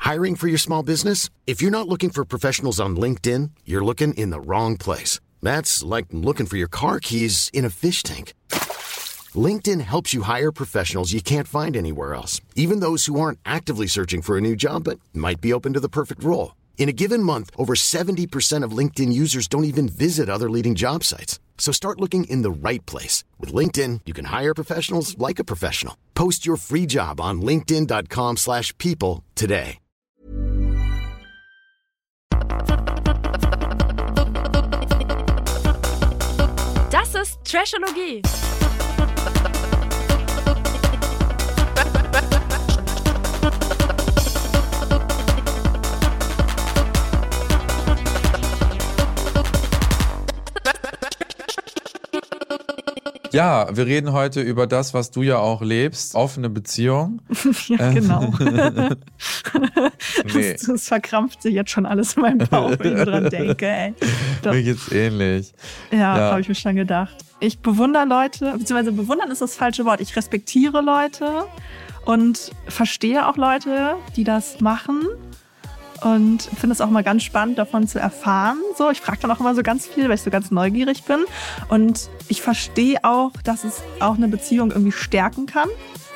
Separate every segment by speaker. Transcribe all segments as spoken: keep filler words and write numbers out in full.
Speaker 1: Hiring for your small business? If you're not looking for professionals on LinkedIn, you're looking in the wrong place. That's like looking for your car keys in a fish tank. LinkedIn helps you hire professionals you can't find anywhere else, even those who aren't actively searching for a new job but might be open to the perfect role. In a given month, over seventy percent of LinkedIn users don't even visit other leading job sites. So start looking in the right place. With LinkedIn, you can hire professionals like a professional. Post your free job on linkedin dot com slash people today.
Speaker 2: Das ist Trashologie.
Speaker 3: Ja, wir reden heute über das, was du ja auch lebst, offene Beziehung.
Speaker 4: Ja, genau.
Speaker 3: Nee.
Speaker 4: das, das verkrampft sich jetzt schon alles in meinem Bauch, wenn ich dran denke. Ey. Doch.
Speaker 3: Mir geht's ähnlich.
Speaker 4: Ja,
Speaker 3: Ja.
Speaker 4: habe ich mir schon gedacht. Ich bewundere Leute, beziehungsweise bewundern ist das falsche Wort. Ich respektiere Leute und verstehe auch Leute, die das machen. Und finde es auch mal ganz spannend, davon zu erfahren. So, ich frage dann auch immer so ganz viel, weil ich so ganz neugierig bin. Und ich verstehe auch, dass es auch eine Beziehung irgendwie stärken kann.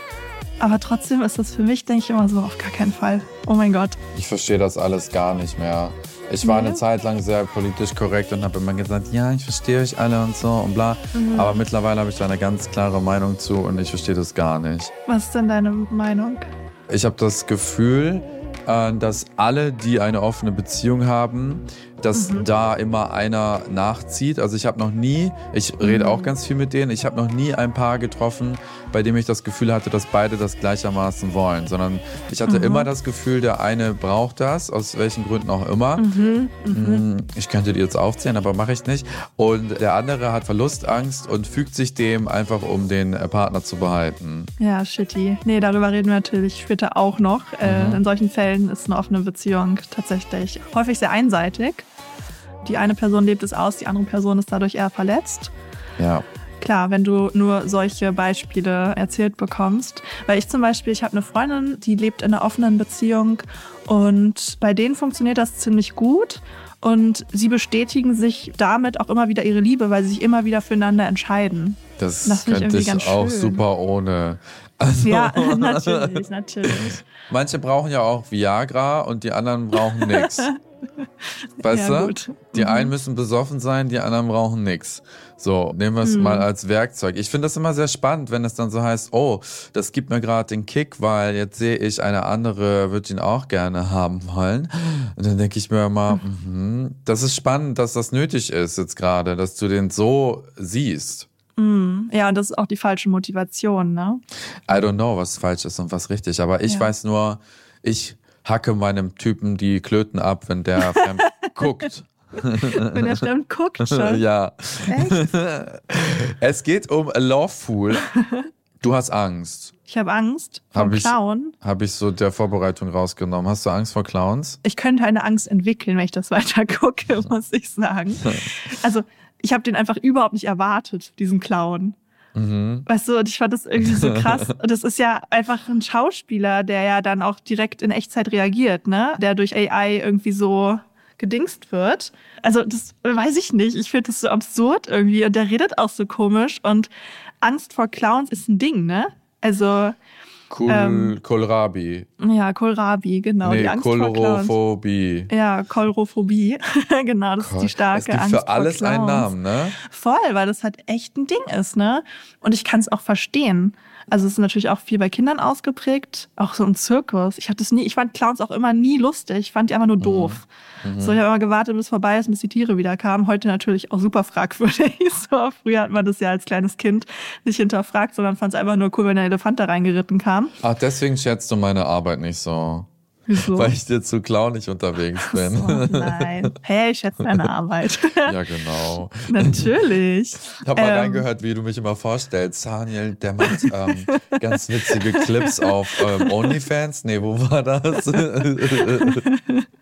Speaker 4: Aber trotzdem ist das für mich, denke ich immer so, auf gar keinen Fall. Oh mein Gott.
Speaker 3: Ich verstehe das alles gar nicht mehr. Ich war
Speaker 4: Nee.
Speaker 3: eine Zeit lang sehr politisch korrekt und habe immer gesagt, ja, ich verstehe euch alle und so und bla.
Speaker 4: Mhm.
Speaker 3: Aber mittlerweile habe ich da eine ganz klare Meinung zu und ich verstehe das gar nicht.
Speaker 4: Was ist denn deine Meinung?
Speaker 3: Ich habe das Gefühl, äh, dass alle, die eine offene Beziehung haben, dass
Speaker 4: Mhm.
Speaker 3: da immer einer nachzieht. Also ich habe noch nie, ich rede
Speaker 4: Mhm.
Speaker 3: auch ganz viel mit denen, ich habe noch nie ein Paar getroffen, bei dem ich das Gefühl hatte, dass beide das gleichermaßen wollen, sondern ich hatte
Speaker 4: Mhm.
Speaker 3: immer das Gefühl, der eine braucht das, aus welchen Gründen auch immer.
Speaker 4: Mhm. Mhm.
Speaker 3: Hm, Ich könnte die jetzt aufzählen, aber mache ich nicht. Und der andere hat Verlustangst und fügt sich dem einfach, um den äh, Partner zu behalten.
Speaker 4: Ja, shitty. Nee, darüber reden wir natürlich später auch noch. Äh,
Speaker 3: Mhm.
Speaker 4: in solchen Fällen ist eine offene Beziehung tatsächlich häufig sehr einseitig. Die eine Person lebt es aus, die andere Person ist dadurch eher verletzt.
Speaker 3: Ja.
Speaker 4: Klar, wenn du nur solche Beispiele erzählt bekommst. Weil ich zum Beispiel, ich habe eine Freundin, die lebt in einer offenen Beziehung und bei denen funktioniert das ziemlich gut. Und sie bestätigen sich damit auch immer wieder ihre Liebe, weil sie sich immer wieder füreinander entscheiden.
Speaker 3: Das,
Speaker 4: Das find ich
Speaker 3: könnte
Speaker 4: irgendwie
Speaker 3: ich
Speaker 4: ganz
Speaker 3: auch
Speaker 4: schön.
Speaker 3: super ohne. Also,
Speaker 4: Ja, natürlich, natürlich.
Speaker 3: Manche brauchen ja auch Viagra und die anderen brauchen nix. Weißt
Speaker 4: Ja,
Speaker 3: du?
Speaker 4: gut.
Speaker 3: Die
Speaker 4: Mhm.
Speaker 3: einen müssen besoffen sein, die anderen brauchen nix. So, nehmen wir es
Speaker 4: Mhm.
Speaker 3: mal als Werkzeug. Ich finde das immer sehr spannend, wenn es dann so heißt, oh, das gibt mir gerade den Kick, weil jetzt sehe ich, eine andere wird ihn auch gerne haben wollen. Und dann denke ich mir immer, mhm, das ist spannend, dass das nötig ist jetzt gerade, dass du den so siehst.
Speaker 4: Mhm. Ja, und das ist auch die falsche Motivation, ne?
Speaker 3: I don't know, was falsch ist und was richtig. Aber ich
Speaker 4: Ja.
Speaker 3: weiß nur, ich hacke meinem Typen die Klöten ab, wenn der fremd guckt.
Speaker 4: Wenn er fremd guckt schon.
Speaker 3: Ja.
Speaker 4: Echt?
Speaker 3: Es geht um Love Fool. Du hast Angst.
Speaker 4: Ich habe Angst vor
Speaker 3: Hab ich-
Speaker 4: Clown.
Speaker 3: Habe ich so der Vorbereitung rausgenommen. Hast du Angst vor Clowns?
Speaker 4: Ich könnte eine Angst entwickeln, wenn ich das weiter gucke, muss ich sagen. Also, ich habe den einfach überhaupt nicht erwartet, diesen Clown.
Speaker 3: Mhm.
Speaker 4: Weißt du, und ich fand das irgendwie so krass. Und das ist ja einfach ein Schauspieler, der ja dann auch direkt in Echtzeit reagiert, ne? Der durch A I irgendwie so gedingst wird. Also das weiß ich nicht. Ich finde das so absurd irgendwie. Und der redet auch so komisch. Und Angst vor Clowns ist ein Ding, ne? Also,
Speaker 3: Cool,
Speaker 4: Ähm,
Speaker 3: Kohlrabi.
Speaker 4: ja, Kohlrabi, genau.
Speaker 3: nee,
Speaker 4: die Angst vor Clowns.
Speaker 3: Kolorophobie.
Speaker 4: Ja, Kolrophobie. Genau, das ist die starke
Speaker 3: Es gibt
Speaker 4: Angst
Speaker 3: für alles
Speaker 4: vor
Speaker 3: einen
Speaker 4: Clowns.
Speaker 3: Namen, ne?
Speaker 4: Voll, weil das halt echt ein Ding ist, ne? Und ich kann es auch verstehen. Also es ist natürlich auch viel bei Kindern ausgeprägt, auch so im Zirkus. Ich hatte das nie, ich fand Clowns auch immer nie lustig, ich fand die einfach nur doof.
Speaker 3: Mhm.
Speaker 4: So, ich habe immer gewartet, bis es vorbei ist, bis die Tiere wieder kamen. Heute natürlich auch super fragwürdig. So, früher hat man das ja als kleines Kind nicht hinterfragt, sondern fand es einfach nur cool, wenn der Elefant da reingeritten kam.
Speaker 3: Ach, deswegen schätzt du meine Arbeit nicht so.
Speaker 4: Wieso?
Speaker 3: Weil ich dir zu clownig unterwegs bin.
Speaker 4: So, nein. Hey, ich schätze deine Arbeit.
Speaker 3: Ja, genau.
Speaker 4: Natürlich.
Speaker 3: Ich habe mal
Speaker 4: Ähm,
Speaker 3: reingehört, wie du mich immer vorstellst. Daniel, der macht ähm, ganz witzige Clips auf ähm, OnlyFans. Nee, wo war das?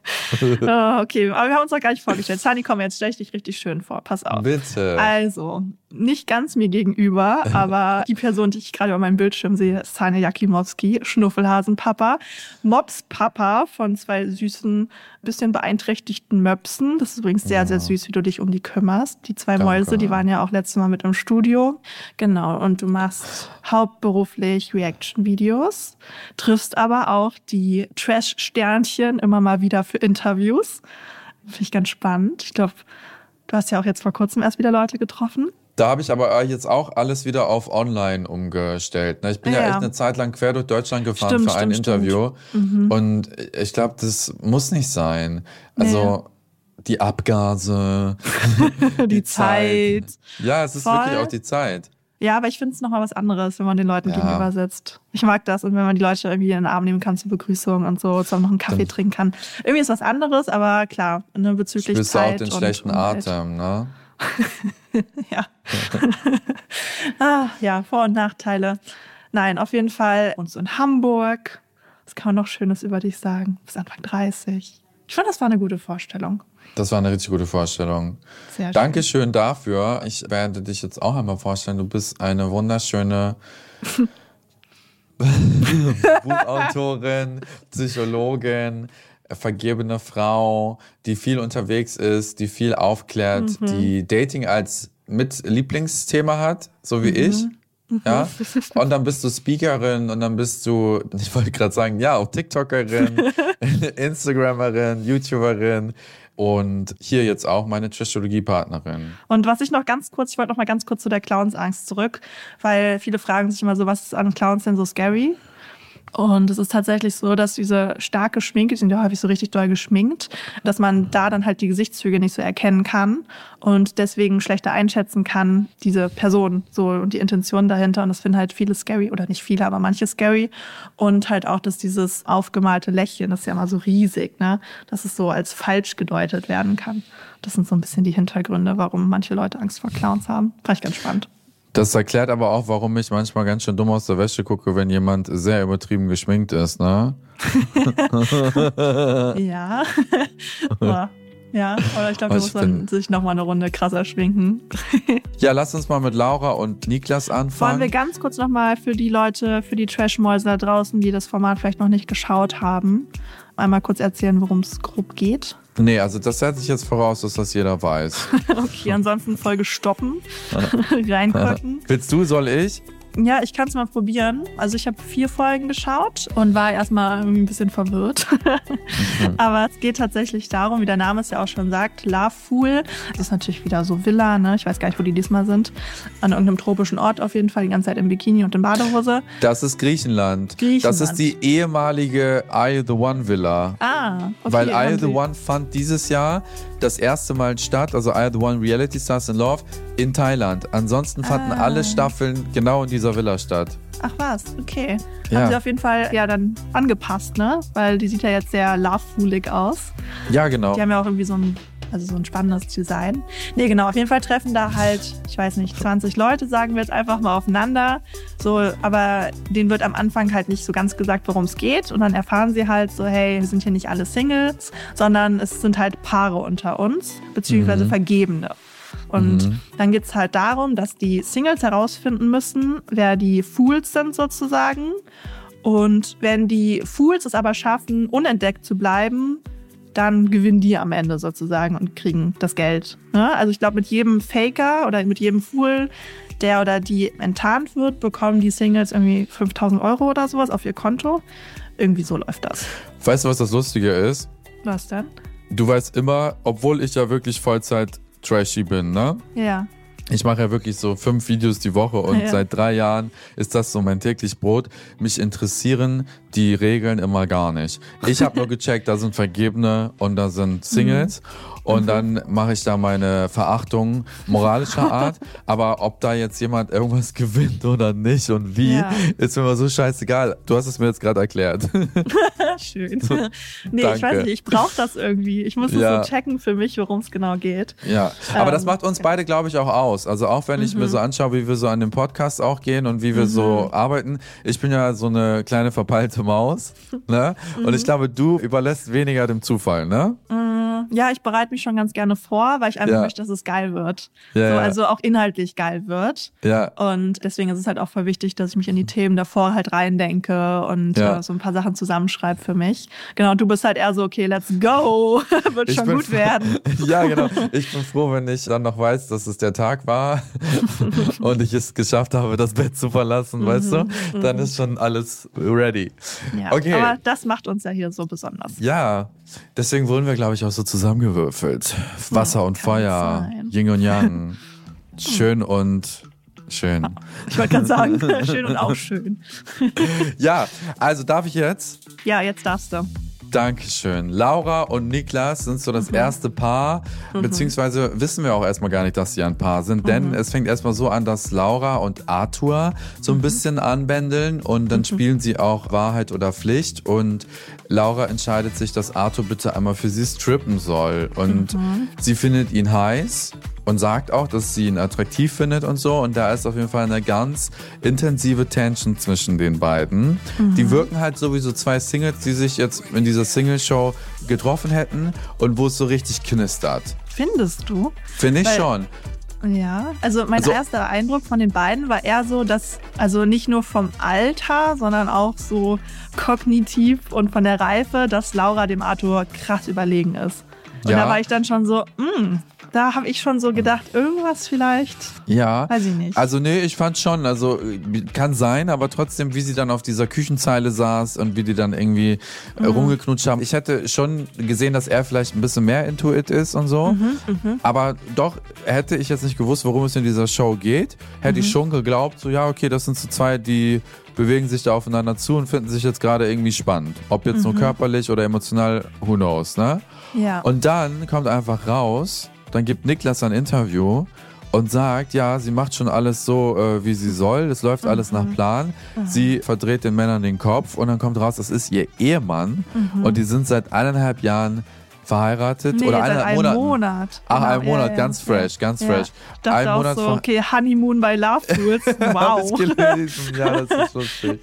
Speaker 4: Oh, okay, aber wir haben uns noch gar nicht vorgestellt. Sunny, komm, jetzt stell ich dich richtig schön vor. Pass auf.
Speaker 3: Bitte.
Speaker 4: Also, nicht ganz mir gegenüber, aber die Person, die ich gerade über meinem Bildschirm sehe, ist Sunny Jakimowski, Schnuffelhasenpapa, Mopspapa von zwei süßen, bisschen beeinträchtigten Möpsen. Das ist übrigens sehr,
Speaker 3: Ja.
Speaker 4: sehr süß, wie du dich um die kümmerst. Die zwei
Speaker 3: Danke.
Speaker 4: Mäuse, die waren ja auch letztes Mal mit im Studio. Genau, und du machst hauptberuflich Reaction-Videos, triffst aber auch die Trash-Sternchen immer mal wieder für Interviews. Finde ich ganz spannend. Ich glaube, du hast ja auch jetzt vor kurzem erst wieder Leute getroffen.
Speaker 3: Da habe ich aber jetzt auch alles wieder auf online umgestellt. Ich bin ja,
Speaker 4: Ja.
Speaker 3: echt eine Zeit lang quer durch Deutschland gefahren
Speaker 4: Stimmt,
Speaker 3: für ein
Speaker 4: stimmt,
Speaker 3: Interview.
Speaker 4: Mhm.
Speaker 3: Und ich glaube, das muss nicht sein. Also die Abgase,
Speaker 4: Die Zeit.
Speaker 3: Ja, es ist
Speaker 4: Voll.
Speaker 3: wirklich auch die Zeit.
Speaker 4: Ja, aber ich finde es nochmal was anderes, wenn man den Leuten
Speaker 3: Ja.
Speaker 4: gegenüber sitzt. Ich mag das. Und wenn man die Leute irgendwie in den Arm nehmen kann zur Begrüßung und so, zusammen noch einen Kaffee
Speaker 3: Stimmt.
Speaker 4: trinken kann. Irgendwie ist was anderes, aber klar, ne, bezüglich
Speaker 3: Spürst du auch
Speaker 4: Zeit
Speaker 3: den
Speaker 4: und
Speaker 3: schlechten
Speaker 4: Umwelt.
Speaker 3: Atem, ne?
Speaker 4: Ja. ah, ja, Vor- und Nachteile. Nein, auf jeden Fall. Und so in Hamburg. Was kann man noch Schönes über dich sagen? Du bist Anfang dreißig. Ich fand, das war eine gute Vorstellung.
Speaker 3: Das war eine richtig gute Vorstellung.
Speaker 4: Sehr schön.
Speaker 3: Dankeschön dafür. Ich werde dich jetzt auch einmal vorstellen. Du bist eine wunderschöne Buchautorin, Psychologin, vergebene Frau, die viel unterwegs ist, die viel aufklärt,
Speaker 4: Mhm.
Speaker 3: die Dating als mit Lieblingsthema hat, so wie ich. Ja, und dann bist du Speakerin und dann bist du, ich wollte gerade sagen, ja, auch TikTokerin, Instagramerin, YouTuberin und hier jetzt auch meine Trashologie-Partnerin.
Speaker 4: Und was ich noch ganz kurz, ich wollte noch mal ganz kurz zu der Clownsangst zurück, weil viele fragen sich immer so, was ist an Clowns denn so scary? Und es ist tatsächlich so, dass diese starke Schminke, die sind ja häufig so richtig doll geschminkt, dass man da dann halt die Gesichtszüge nicht so erkennen kann und deswegen schlechter einschätzen kann, diese Person so und die Intention dahinter. Und das finden halt viele scary, oder nicht viele, aber manche scary. Und halt auch, dass dieses aufgemalte Lächeln, das ist ja immer so riesig, ne, dass es so als falsch gedeutet werden kann. Das sind so ein bisschen die Hintergründe, warum manche Leute Angst vor Clowns haben. Fand ich ganz spannend.
Speaker 3: Das erklärt aber auch, warum ich manchmal ganz schön dumm aus der Wäsche gucke, wenn jemand sehr übertrieben geschminkt ist, ne?
Speaker 4: Ja. Boah. Ja, oder ich glaube, da
Speaker 3: Ich
Speaker 4: muss man
Speaker 3: bin-
Speaker 4: sich noch mal eine Runde krasser schminken.
Speaker 3: Ja, lass uns mal mit Laura und Niklas
Speaker 4: Wollen
Speaker 3: anfangen.
Speaker 4: wir ganz kurz noch mal für die Leute, für die Trashmäuse da draußen, die das Format vielleicht noch nicht geschaut haben, einmal kurz erzählen, worum es grob geht?
Speaker 3: Nee, also das setze ich jetzt voraus, dass das jeder weiß.
Speaker 4: Okay, ansonsten Folge stoppen, reingucken.
Speaker 3: Willst du, soll ich?
Speaker 4: Ja, ich kann es mal probieren. Also ich habe vier Folgen geschaut und war erstmal irgendwie ein bisschen verwirrt. Aber es geht tatsächlich darum, wie der Name es ja auch schon sagt, Love Fool. Das ist natürlich wieder so Villa, ne? Ich weiß gar nicht, wo die diesmal sind. An irgendeinem tropischen Ort auf jeden Fall, die ganze Zeit im Bikini und in Badehose.
Speaker 3: Das ist Griechenland.
Speaker 4: Griechenland.
Speaker 3: Das ist die ehemalige I The One Villa.
Speaker 4: Ah, okay.
Speaker 3: Weil I
Speaker 4: haben
Speaker 3: The
Speaker 4: sie-
Speaker 3: One fand dieses Jahr das erste Mal statt, also I The One Reality Stars in Love, in Thailand. Ansonsten fanden
Speaker 4: Ah.
Speaker 3: alle Staffeln genau in dieser Villa statt.
Speaker 4: Ach was, okay.
Speaker 3: Ja.
Speaker 4: Haben sie auf jeden Fall ja dann angepasst, ne? Weil die sieht ja jetzt sehr love-foolig aus.
Speaker 3: Ja, genau.
Speaker 4: Die haben ja auch irgendwie so ein, also so ein spannendes Design. Nee, genau, auf jeden Fall treffen da halt, ich weiß nicht, zwanzig Leute, sagen wir jetzt einfach mal aufeinander. So, aber denen wird am Anfang halt nicht so ganz gesagt, worum es geht. Und dann erfahren sie halt so, hey, wir sind hier nicht alle Singles, sondern es sind halt Paare unter uns, beziehungsweise
Speaker 3: Mhm.
Speaker 4: Vergebene. Und
Speaker 3: Mhm.
Speaker 4: dann geht's halt darum, dass die Singles herausfinden müssen, wer die Fools sind sozusagen. Und wenn die Fools es aber schaffen, unentdeckt zu bleiben, dann gewinnen die am Ende sozusagen und kriegen das Geld. Ne? Also ich glaube, mit jedem Faker oder mit jedem Fool, der oder die enttarnt wird, bekommen die Singles irgendwie fünftausend Euro oder sowas auf ihr Konto. Irgendwie so läuft das.
Speaker 3: Weißt du, was das Lustige ist?
Speaker 4: Was denn?
Speaker 3: Du weißt immer, obwohl ich ja wirklich Vollzeit trashy bin, ne?
Speaker 4: Ja.
Speaker 3: Ich mache ja wirklich so fünf Videos die Woche und
Speaker 4: Ja.
Speaker 3: seit drei Jahren ist das so mein täglich Brot. Mich interessieren die Regeln immer gar nicht. Ich habe nur gecheckt, da sind Vergebene und da sind Singles. Und dann mache ich da meine Verachtung moralischer Art. Aber ob da jetzt jemand irgendwas gewinnt oder nicht und wie,
Speaker 4: Ja.
Speaker 3: ist mir immer so scheißegal. Du hast es mir jetzt gerade erklärt.
Speaker 4: Schön. Nee,
Speaker 3: Danke.
Speaker 4: ich weiß nicht, ich brauche das irgendwie. Ich muss es
Speaker 3: Ja.
Speaker 4: so checken für mich, worum es genau geht.
Speaker 3: Ja, aber
Speaker 4: Ähm,
Speaker 3: das macht uns
Speaker 4: ja.
Speaker 3: beide, glaube ich, auch aus. Maus. Also auch wenn ich mhm. mir so anschaue, wie wir so an den Podcast auch gehen und wie wir mhm. so arbeiten. Ich bin ja so eine kleine verpeilte Maus. Ne? Mhm. Und ich glaube, du überlässt weniger dem Zufall, ne?
Speaker 4: Ja, ich bereite mich schon ganz gerne vor, weil ich einfach
Speaker 3: ja.
Speaker 4: möchte, dass es geil wird.
Speaker 3: Ja,
Speaker 4: so,
Speaker 3: ja.
Speaker 4: Also auch inhaltlich geil wird.
Speaker 3: Ja.
Speaker 4: Und deswegen ist es halt auch voll wichtig, dass ich mich in die Themen davor halt reindenke und
Speaker 3: ja.
Speaker 4: äh, so ein paar Sachen zusammenschreibe für mich. Genau, und du bist halt eher so, okay, let's go. Wird
Speaker 3: ich
Speaker 4: schon
Speaker 3: bin,
Speaker 4: gut werden.
Speaker 3: Ja, genau. Ich bin froh, wenn ich dann noch weiß, dass es der Tag war und ich es geschafft habe, das Bett zu verlassen, weißt du? Dann ist schon alles ready.
Speaker 4: Ja,
Speaker 3: okay.
Speaker 4: Aber das macht uns ja hier so besonders.
Speaker 3: Ja, deswegen wurden wir, glaube ich, auch so zusammengewürfelt. Wasser
Speaker 4: Ja,
Speaker 3: und Feuer,
Speaker 4: sein.
Speaker 3: Yin und Yang, schön und schön.
Speaker 4: Ich wollte gerade sagen, schön und auch schön.
Speaker 3: Ja, also darf ich jetzt?
Speaker 4: Ja, jetzt darfst du.
Speaker 3: Dankeschön. Laura und Niklas sind so das mhm. erste Paar, mhm. beziehungsweise wissen wir auch erstmal gar nicht, dass sie ein Paar sind, denn mhm. es fängt erstmal so an, dass Laura und Arthur so ein mhm. bisschen anbändeln und dann mhm. spielen sie auch Wahrheit oder Pflicht und Laura entscheidet sich, dass Arthur bitte einmal für sie strippen soll und mhm. sie findet ihn heiß und sagt auch, dass sie ihn attraktiv findet und so. Und da ist auf jeden Fall eine ganz intensive Tension zwischen den beiden. Mhm. Die wirken halt sowieso zwei Singles, die sich jetzt in dieser Single-Show getroffen hätten und wo es so richtig knistert.
Speaker 4: Findest du?
Speaker 3: Finde ich
Speaker 4: Weil,
Speaker 3: schon.
Speaker 4: Ja, also mein
Speaker 3: also,
Speaker 4: erster Eindruck von den beiden war eher so, dass, also nicht nur vom Alter, sondern auch so kognitiv und von der Reife, dass Laura dem Arthur krass überlegen ist. Und
Speaker 3: ja.
Speaker 4: da war ich dann schon so, mh, da habe ich schon so gedacht, irgendwas vielleicht.
Speaker 3: Ja.
Speaker 4: Weiß ich nicht.
Speaker 3: Also nee, ich fand schon, also kann sein, aber trotzdem, wie sie dann auf dieser Küchenzeile saß und wie die dann irgendwie mhm. rumgeknutscht haben. Ich hätte schon gesehen, dass er vielleicht ein bisschen mehr into it ist und so.
Speaker 4: Mhm, mh.
Speaker 3: Aber doch hätte ich jetzt nicht gewusst, worum es in dieser Show geht, hätte mhm. ich schon geglaubt, so ja, okay, das sind so zwei, die bewegen sich da aufeinander zu und finden sich jetzt gerade irgendwie spannend. Ob jetzt mhm. nur körperlich oder emotional, who knows, ne?
Speaker 4: Ja.
Speaker 3: Und dann kommt einfach raus, dann gibt Niklas ein Interview und sagt, ja, sie macht schon alles so, äh, wie sie soll. Es läuft mhm. alles nach Plan. Mhm. Sie verdreht den Männern den Kopf und dann kommt raus, das ist ihr Ehemann. Mhm. Und die sind seit eineinhalb Jahren verheiratet.
Speaker 4: Nee,
Speaker 3: oder
Speaker 4: seit
Speaker 3: eineinhalb
Speaker 4: einem
Speaker 3: Monaten.
Speaker 4: Monat.
Speaker 3: Ach,
Speaker 4: genau.
Speaker 3: ein Monat,
Speaker 4: ja, ja.
Speaker 3: ganz fresh,
Speaker 4: ja.
Speaker 3: ganz
Speaker 4: ja.
Speaker 3: fresh.
Speaker 4: Ich dachte
Speaker 3: ein
Speaker 4: auch
Speaker 3: Monat
Speaker 4: so,
Speaker 3: von
Speaker 4: okay, Honeymoon bei Love Tools. Wow.
Speaker 3: Das gelesen. Ja, das ist lustig.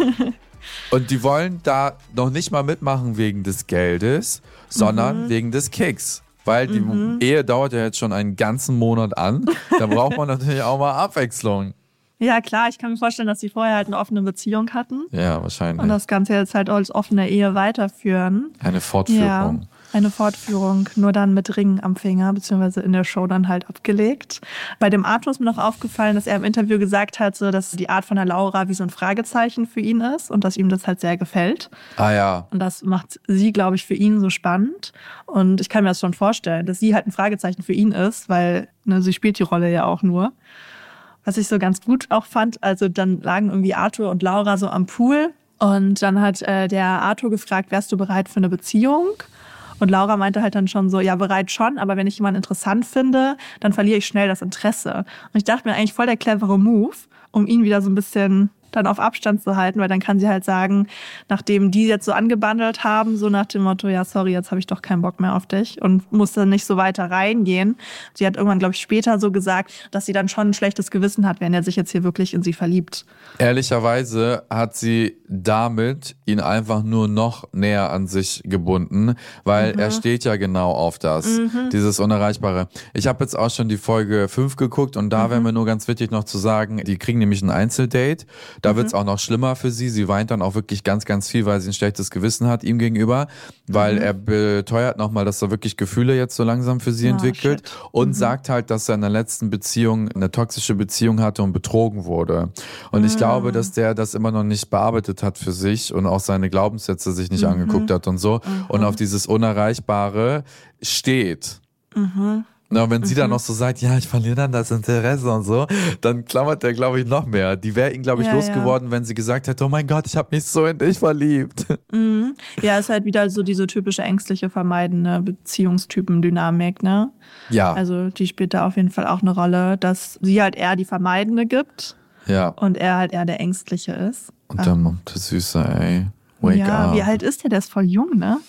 Speaker 3: Und die wollen da noch nicht mal mitmachen wegen des Geldes, sondern mhm. wegen des Kicks. Weil die mhm. Ehe dauert ja jetzt schon einen ganzen Monat an. Da braucht man natürlich auch mal Abwechslung.
Speaker 4: Ja, klar, ich kann mir vorstellen, dass sie vorher halt eine offene Beziehung hatten.
Speaker 3: Ja, wahrscheinlich.
Speaker 4: Und das Ganze jetzt halt als offene Ehe weiterführen.
Speaker 3: Eine Fortführung.
Speaker 4: Ja, eine Fortführung, nur dann mit Ring am Finger, beziehungsweise in der Show dann halt abgelegt. Bei dem Arthur ist mir noch aufgefallen, dass er im Interview gesagt hat, so, dass die Art von der Laura wie so ein Fragezeichen für ihn ist und dass ihm das halt sehr gefällt.
Speaker 3: Ah ja.
Speaker 4: Und das macht sie, glaube ich, für ihn so spannend. Und ich kann mir das schon vorstellen, dass sie halt ein Fragezeichen für ihn ist, weil ne, sie spielt die Rolle ja auch nur. Was ich so ganz gut auch fand, also dann lagen irgendwie Arthur und Laura so am Pool und dann hat äh, der Arthur gefragt, wärst du bereit für eine Beziehung? Und Laura meinte halt dann schon so, ja, bereit schon, aber wenn ich jemanden interessant finde, dann verliere ich schnell das Interesse. Und ich dachte mir eigentlich voll der clevere Move, um ihn wieder so ein bisschen dann auf Abstand zu halten, weil dann kann sie halt sagen, nachdem die jetzt so angebandelt haben, so nach dem Motto, ja, sorry, jetzt habe ich doch keinen Bock mehr auf dich und muss dann nicht so weiter reingehen. Sie hat irgendwann, glaube ich, später so gesagt, dass sie dann schon ein schlechtes Gewissen hat, wenn er sich jetzt hier wirklich in sie verliebt.
Speaker 3: Ehrlicherweise hat sie damit ihn einfach nur noch näher an sich gebunden, weil mhm. er steht ja genau auf das, mhm. dieses Unerreichbare. Ich habe jetzt auch schon die Folge fünf geguckt und da mhm. wäre mir nur ganz wichtig noch zu sagen, die kriegen nämlich ein Einzeldate. Da mhm. wird's auch noch schlimmer für sie. Sie weint dann auch wirklich ganz, ganz viel, weil sie ein schlechtes Gewissen hat ihm gegenüber, weil mhm. er beteuert nochmal, dass er wirklich Gefühle jetzt so langsam für sie oh, entwickelt shit. und mhm. sagt halt, dass er in der letzten Beziehung eine toxische Beziehung hatte und betrogen wurde. Und mhm. ich glaube, dass der das immer noch nicht bearbeitet hat für sich und auch seine Glaubenssätze sich nicht mhm. angeguckt hat und so mhm. und auf dieses Unerreichbare steht. Mhm. Na, und wenn sie mhm. dann noch so sagt, ja, ich verliere dann das Interesse und so, dann klammert der, glaube ich, noch mehr. Die wäre ihn, glaube ich, ja, losgeworden, ja. wenn sie gesagt hätte, oh mein Gott, ich habe mich so in dich verliebt.
Speaker 4: Mhm. Ja, ist halt wieder so diese typische ängstliche, vermeidende Beziehungstypen-Dynamik, ne?
Speaker 3: Ja.
Speaker 4: Also die spielt da auf jeden Fall auch eine Rolle, dass sie halt eher die Vermeidende gibt
Speaker 3: ja.
Speaker 4: und er halt eher der Ängstliche ist.
Speaker 3: Und dann ähm. der Süße, ey, wake
Speaker 4: ja,
Speaker 3: up.
Speaker 4: Wie alt ist der? Der ist voll jung, ne?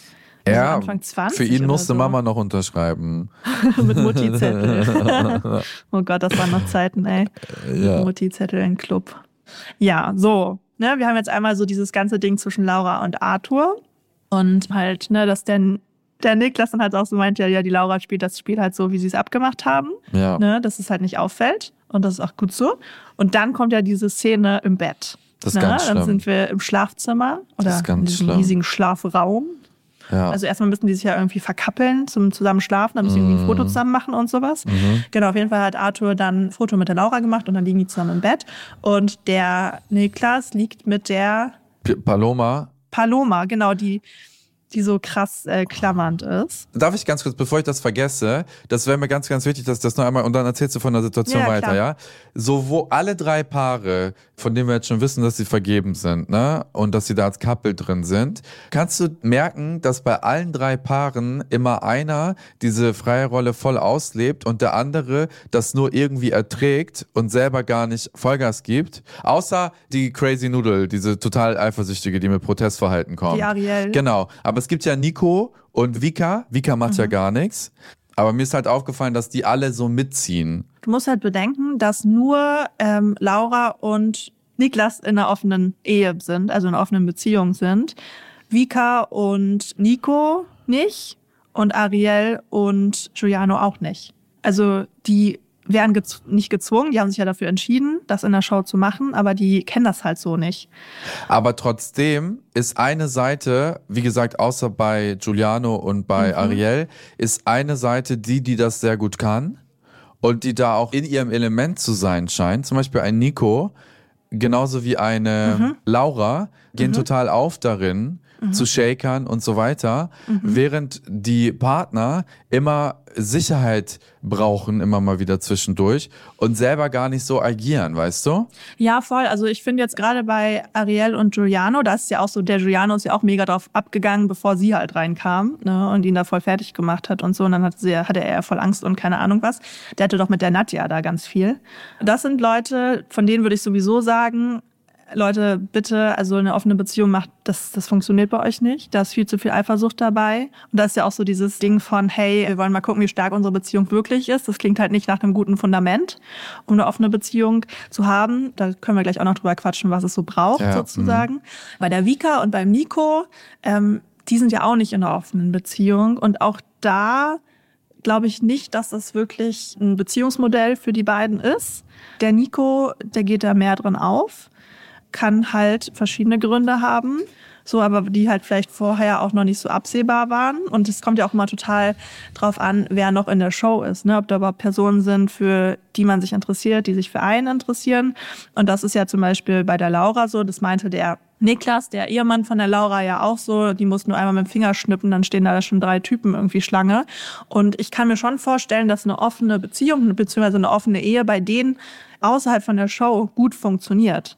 Speaker 4: Also
Speaker 3: Ja,
Speaker 4: Anfang zwanzig
Speaker 3: für ihn
Speaker 4: oder
Speaker 3: musste
Speaker 4: so.
Speaker 3: Mama noch unterschreiben.
Speaker 4: Mit Mutti-Zettel. Oh Gott, das waren noch Zeiten, ey.
Speaker 3: Ja.
Speaker 4: Mit Mutti-Zettel in den Club. Ja, so. Ne, wir haben jetzt einmal so dieses ganze Ding zwischen Laura und Arthur. Und halt, ne, dass der, der Niklas dann halt auch so meint, ja, ja, die Laura spielt das Spiel halt so, wie sie es abgemacht haben.
Speaker 3: Ja.
Speaker 4: Ne, dass es halt nicht auffällt. Und das ist auch gut so. Und dann kommt ja diese Szene im Bett.
Speaker 3: Das ist
Speaker 4: ne?
Speaker 3: ganz schlimm.
Speaker 4: Dann sind wir im Schlafzimmer oder
Speaker 3: Das ist ganz
Speaker 4: in diesem
Speaker 3: schlimm.
Speaker 4: riesigen Schlafraum.
Speaker 3: Ja.
Speaker 4: Also erstmal müssen die sich ja irgendwie verkappeln zum zusammen schlafen, dann müssen die irgendwie ein Foto zusammen machen und sowas.
Speaker 3: Mhm.
Speaker 4: Genau, auf jeden Fall hat Arthur dann ein Foto mit der Laura gemacht und dann liegen die zusammen im Bett. Und der Niklas liegt mit der
Speaker 3: P- Paloma.
Speaker 4: Paloma, genau, die, die so krass äh, klammernd ist.
Speaker 3: Darf ich ganz kurz, bevor ich das vergesse, das wäre mir ganz, ganz wichtig, dass das noch einmal, und dann erzählst du von der Situation
Speaker 4: Ja,
Speaker 3: weiter,
Speaker 4: klar.
Speaker 3: ja? So, wo alle drei Paare, von denen wir jetzt schon wissen, dass sie vergeben sind, ne? Und dass sie da als Couple drin sind, kannst du merken, dass bei allen drei Paaren immer einer diese freie Rolle voll auslebt und der andere das nur irgendwie erträgt und selber gar nicht Vollgas gibt. Außer die Crazy Noodle, diese total eifersüchtige, die mit Protestverhalten kommt.
Speaker 4: Die Ariel.
Speaker 3: Genau. Aber es gibt ja Nico und Vika. Vika macht ja gar nichts. Aber mir ist halt aufgefallen, dass die alle so mitziehen.
Speaker 4: Du musst halt bedenken, dass nur ähm, Laura und Niklas in einer offenen Ehe sind, also in einer offenen Beziehung sind. Vika und Nico nicht und Ariel und Giuliano auch nicht. Also die werden gez- nicht gezwungen, die haben sich ja dafür entschieden, das in der Show zu machen, aber die kennen das halt so nicht.
Speaker 3: Aber trotzdem ist eine Seite, wie gesagt, außer bei Giuliano und bei
Speaker 4: Mhm.
Speaker 3: Ariel, ist eine Seite die, die das sehr gut kann und die da auch in ihrem Element zu sein scheint. Zum Beispiel ein Nico, genauso wie eine
Speaker 4: Mhm.
Speaker 3: Laura, gehen total auf darin, zu shakern und so weiter, während die Partner immer Sicherheit brauchen, immer mal wieder zwischendurch und selber gar nicht so agieren, weißt du?
Speaker 4: Ja, voll. Also ich finde jetzt gerade bei Ariel und Giuliano, da ist ja auch so, der Giuliano ist ja auch mega drauf abgegangen, bevor sie halt reinkam, ne, und ihn da voll fertig gemacht hat und so. Und dann hat sie, hatte er ja voll Angst und keine Ahnung was. Der hatte doch mit der Nadja da ganz viel. Das sind Leute, von denen würde ich sowieso sagen, Leute, bitte, also eine offene Beziehung macht, das, das funktioniert bei euch nicht. Da ist viel zu viel Eifersucht dabei. Und da ist ja auch so dieses Ding von, hey, wir wollen mal gucken, wie stark unsere Beziehung wirklich ist. Das klingt halt nicht nach einem guten Fundament, um eine offene Beziehung zu haben. Da können wir gleich auch noch drüber quatschen, was es so braucht,
Speaker 3: Ja,
Speaker 4: sozusagen. Bei der Vika und beim Nico, ähm, die sind ja auch nicht in einer offenen Beziehung. Und auch da glaube ich nicht, dass das wirklich ein Beziehungsmodell für die beiden ist. Der Nico, der geht da mehr drin auf. Kann halt verschiedene Gründe haben, so, aber die halt vielleicht vorher auch noch nicht so absehbar waren. Und es kommt ja auch immer total drauf an, wer noch in der Show ist, ne? Ob da überhaupt Personen sind, für die man sich interessiert, die sich für einen interessieren. Und das ist ja zum Beispiel bei der Laura so, das meinte der Niklas, der Ehemann von der Laura, ja auch so, die muss nur einmal mit dem Finger schnippen, dann stehen da schon drei Typen irgendwie Schlange. Und ich kann mir schon vorstellen, dass eine offene Beziehung, beziehungsweise eine offene Ehe bei denen außerhalb von der Show gut funktioniert.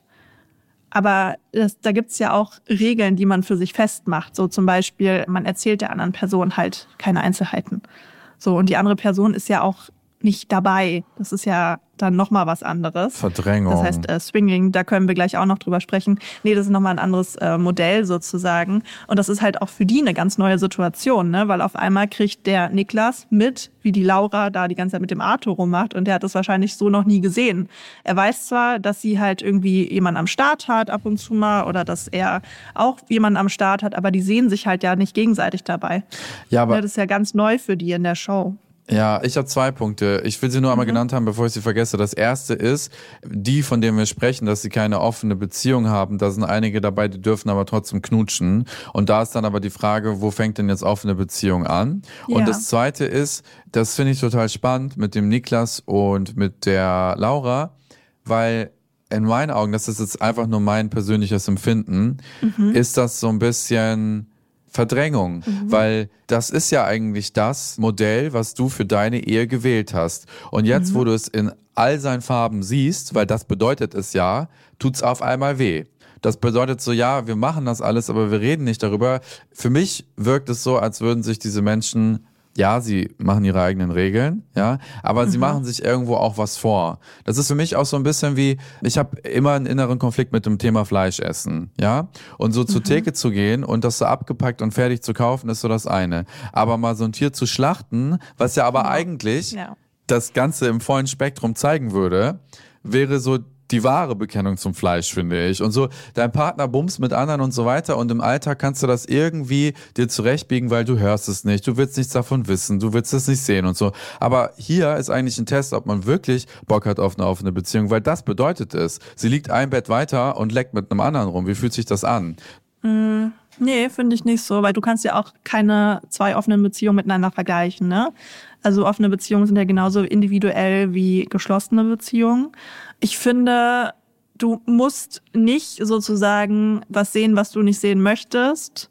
Speaker 4: Aber das, da gibt's ja auch Regeln, die man für sich festmacht. So zum Beispiel, man erzählt der anderen Person halt keine Einzelheiten. So, und die andere Person ist ja auch nicht dabei. Das ist ja dann nochmal was anderes.
Speaker 3: Verdrängung.
Speaker 4: Das heißt, äh, Swinging, da können wir gleich auch noch drüber sprechen. Nee, das ist nochmal ein anderes äh, Modell sozusagen. Und das ist halt auch für die eine ganz neue Situation, ne? Weil auf einmal kriegt der Niklas mit, wie die Laura da die ganze Zeit mit dem Arthur rummacht. Und der hat das wahrscheinlich so noch nie gesehen. Er weiß zwar, dass sie halt irgendwie jemanden am Start hat ab und zu mal oder dass er auch jemanden am Start hat, aber die sehen sich halt ja nicht gegenseitig dabei.
Speaker 3: Ja, aber
Speaker 4: Ja, das ist ja ganz neu für die in der Show.
Speaker 3: Ja, ich habe zwei Punkte. Ich will sie nur einmal genannt haben, bevor ich sie vergesse. Das erste ist, die, von denen wir sprechen, dass sie keine offene Beziehung haben. Da sind einige dabei, die dürfen aber trotzdem knutschen. Und da ist dann aber die Frage, wo fängt denn jetzt offene Beziehung an?
Speaker 4: Ja.
Speaker 3: Und das zweite ist, das finde ich total spannend mit dem Niklas und mit der Laura, weil in meinen Augen, das ist jetzt einfach nur mein persönliches Empfinden, ist das so ein bisschen Verdrängung, weil das ist ja eigentlich das Modell, was du für deine Ehe gewählt hast. Und jetzt, wo du es in all seinen Farben siehst, weil das bedeutet es ja, tut's auf einmal weh. Das bedeutet so, ja, wir machen das alles, aber wir reden nicht darüber. Für mich wirkt es so, als würden sich diese Menschen ja, sie machen ihre eigenen Regeln, ja, aber mhm. sie machen sich irgendwo auch was vor. Das ist für mich auch so ein bisschen wie, ich habe immer einen inneren Konflikt mit dem Thema Fleisch essen, ja, und so zur mhm. Theke zu gehen und das so abgepackt und fertig zu kaufen, ist so das eine. Aber mal so ein Tier zu schlachten, was ja aber ja. eigentlich ja. das Ganze im vollen Spektrum zeigen würde, wäre so die wahre Bekennung zum Fleisch, finde ich. Und so, dein Partner bumst mit anderen und so weiter und im Alltag kannst du das irgendwie dir zurechtbiegen, weil du hörst es nicht, du willst nichts davon wissen, du willst es nicht sehen und so. Aber hier ist eigentlich ein Test, ob man wirklich Bock hat auf eine offene Beziehung, weil das bedeutet es. Sie liegt ein Bett weiter und leckt mit einem anderen rum. Wie fühlt sich das an?
Speaker 4: Mm, nee, finde ich nicht so, weil du kannst ja auch keine zwei offenen Beziehungen miteinander vergleichen, ne? Also offene Beziehungen sind ja genauso individuell wie geschlossene Beziehungen. Ich finde, du musst nicht sozusagen was sehen, was du nicht sehen möchtest,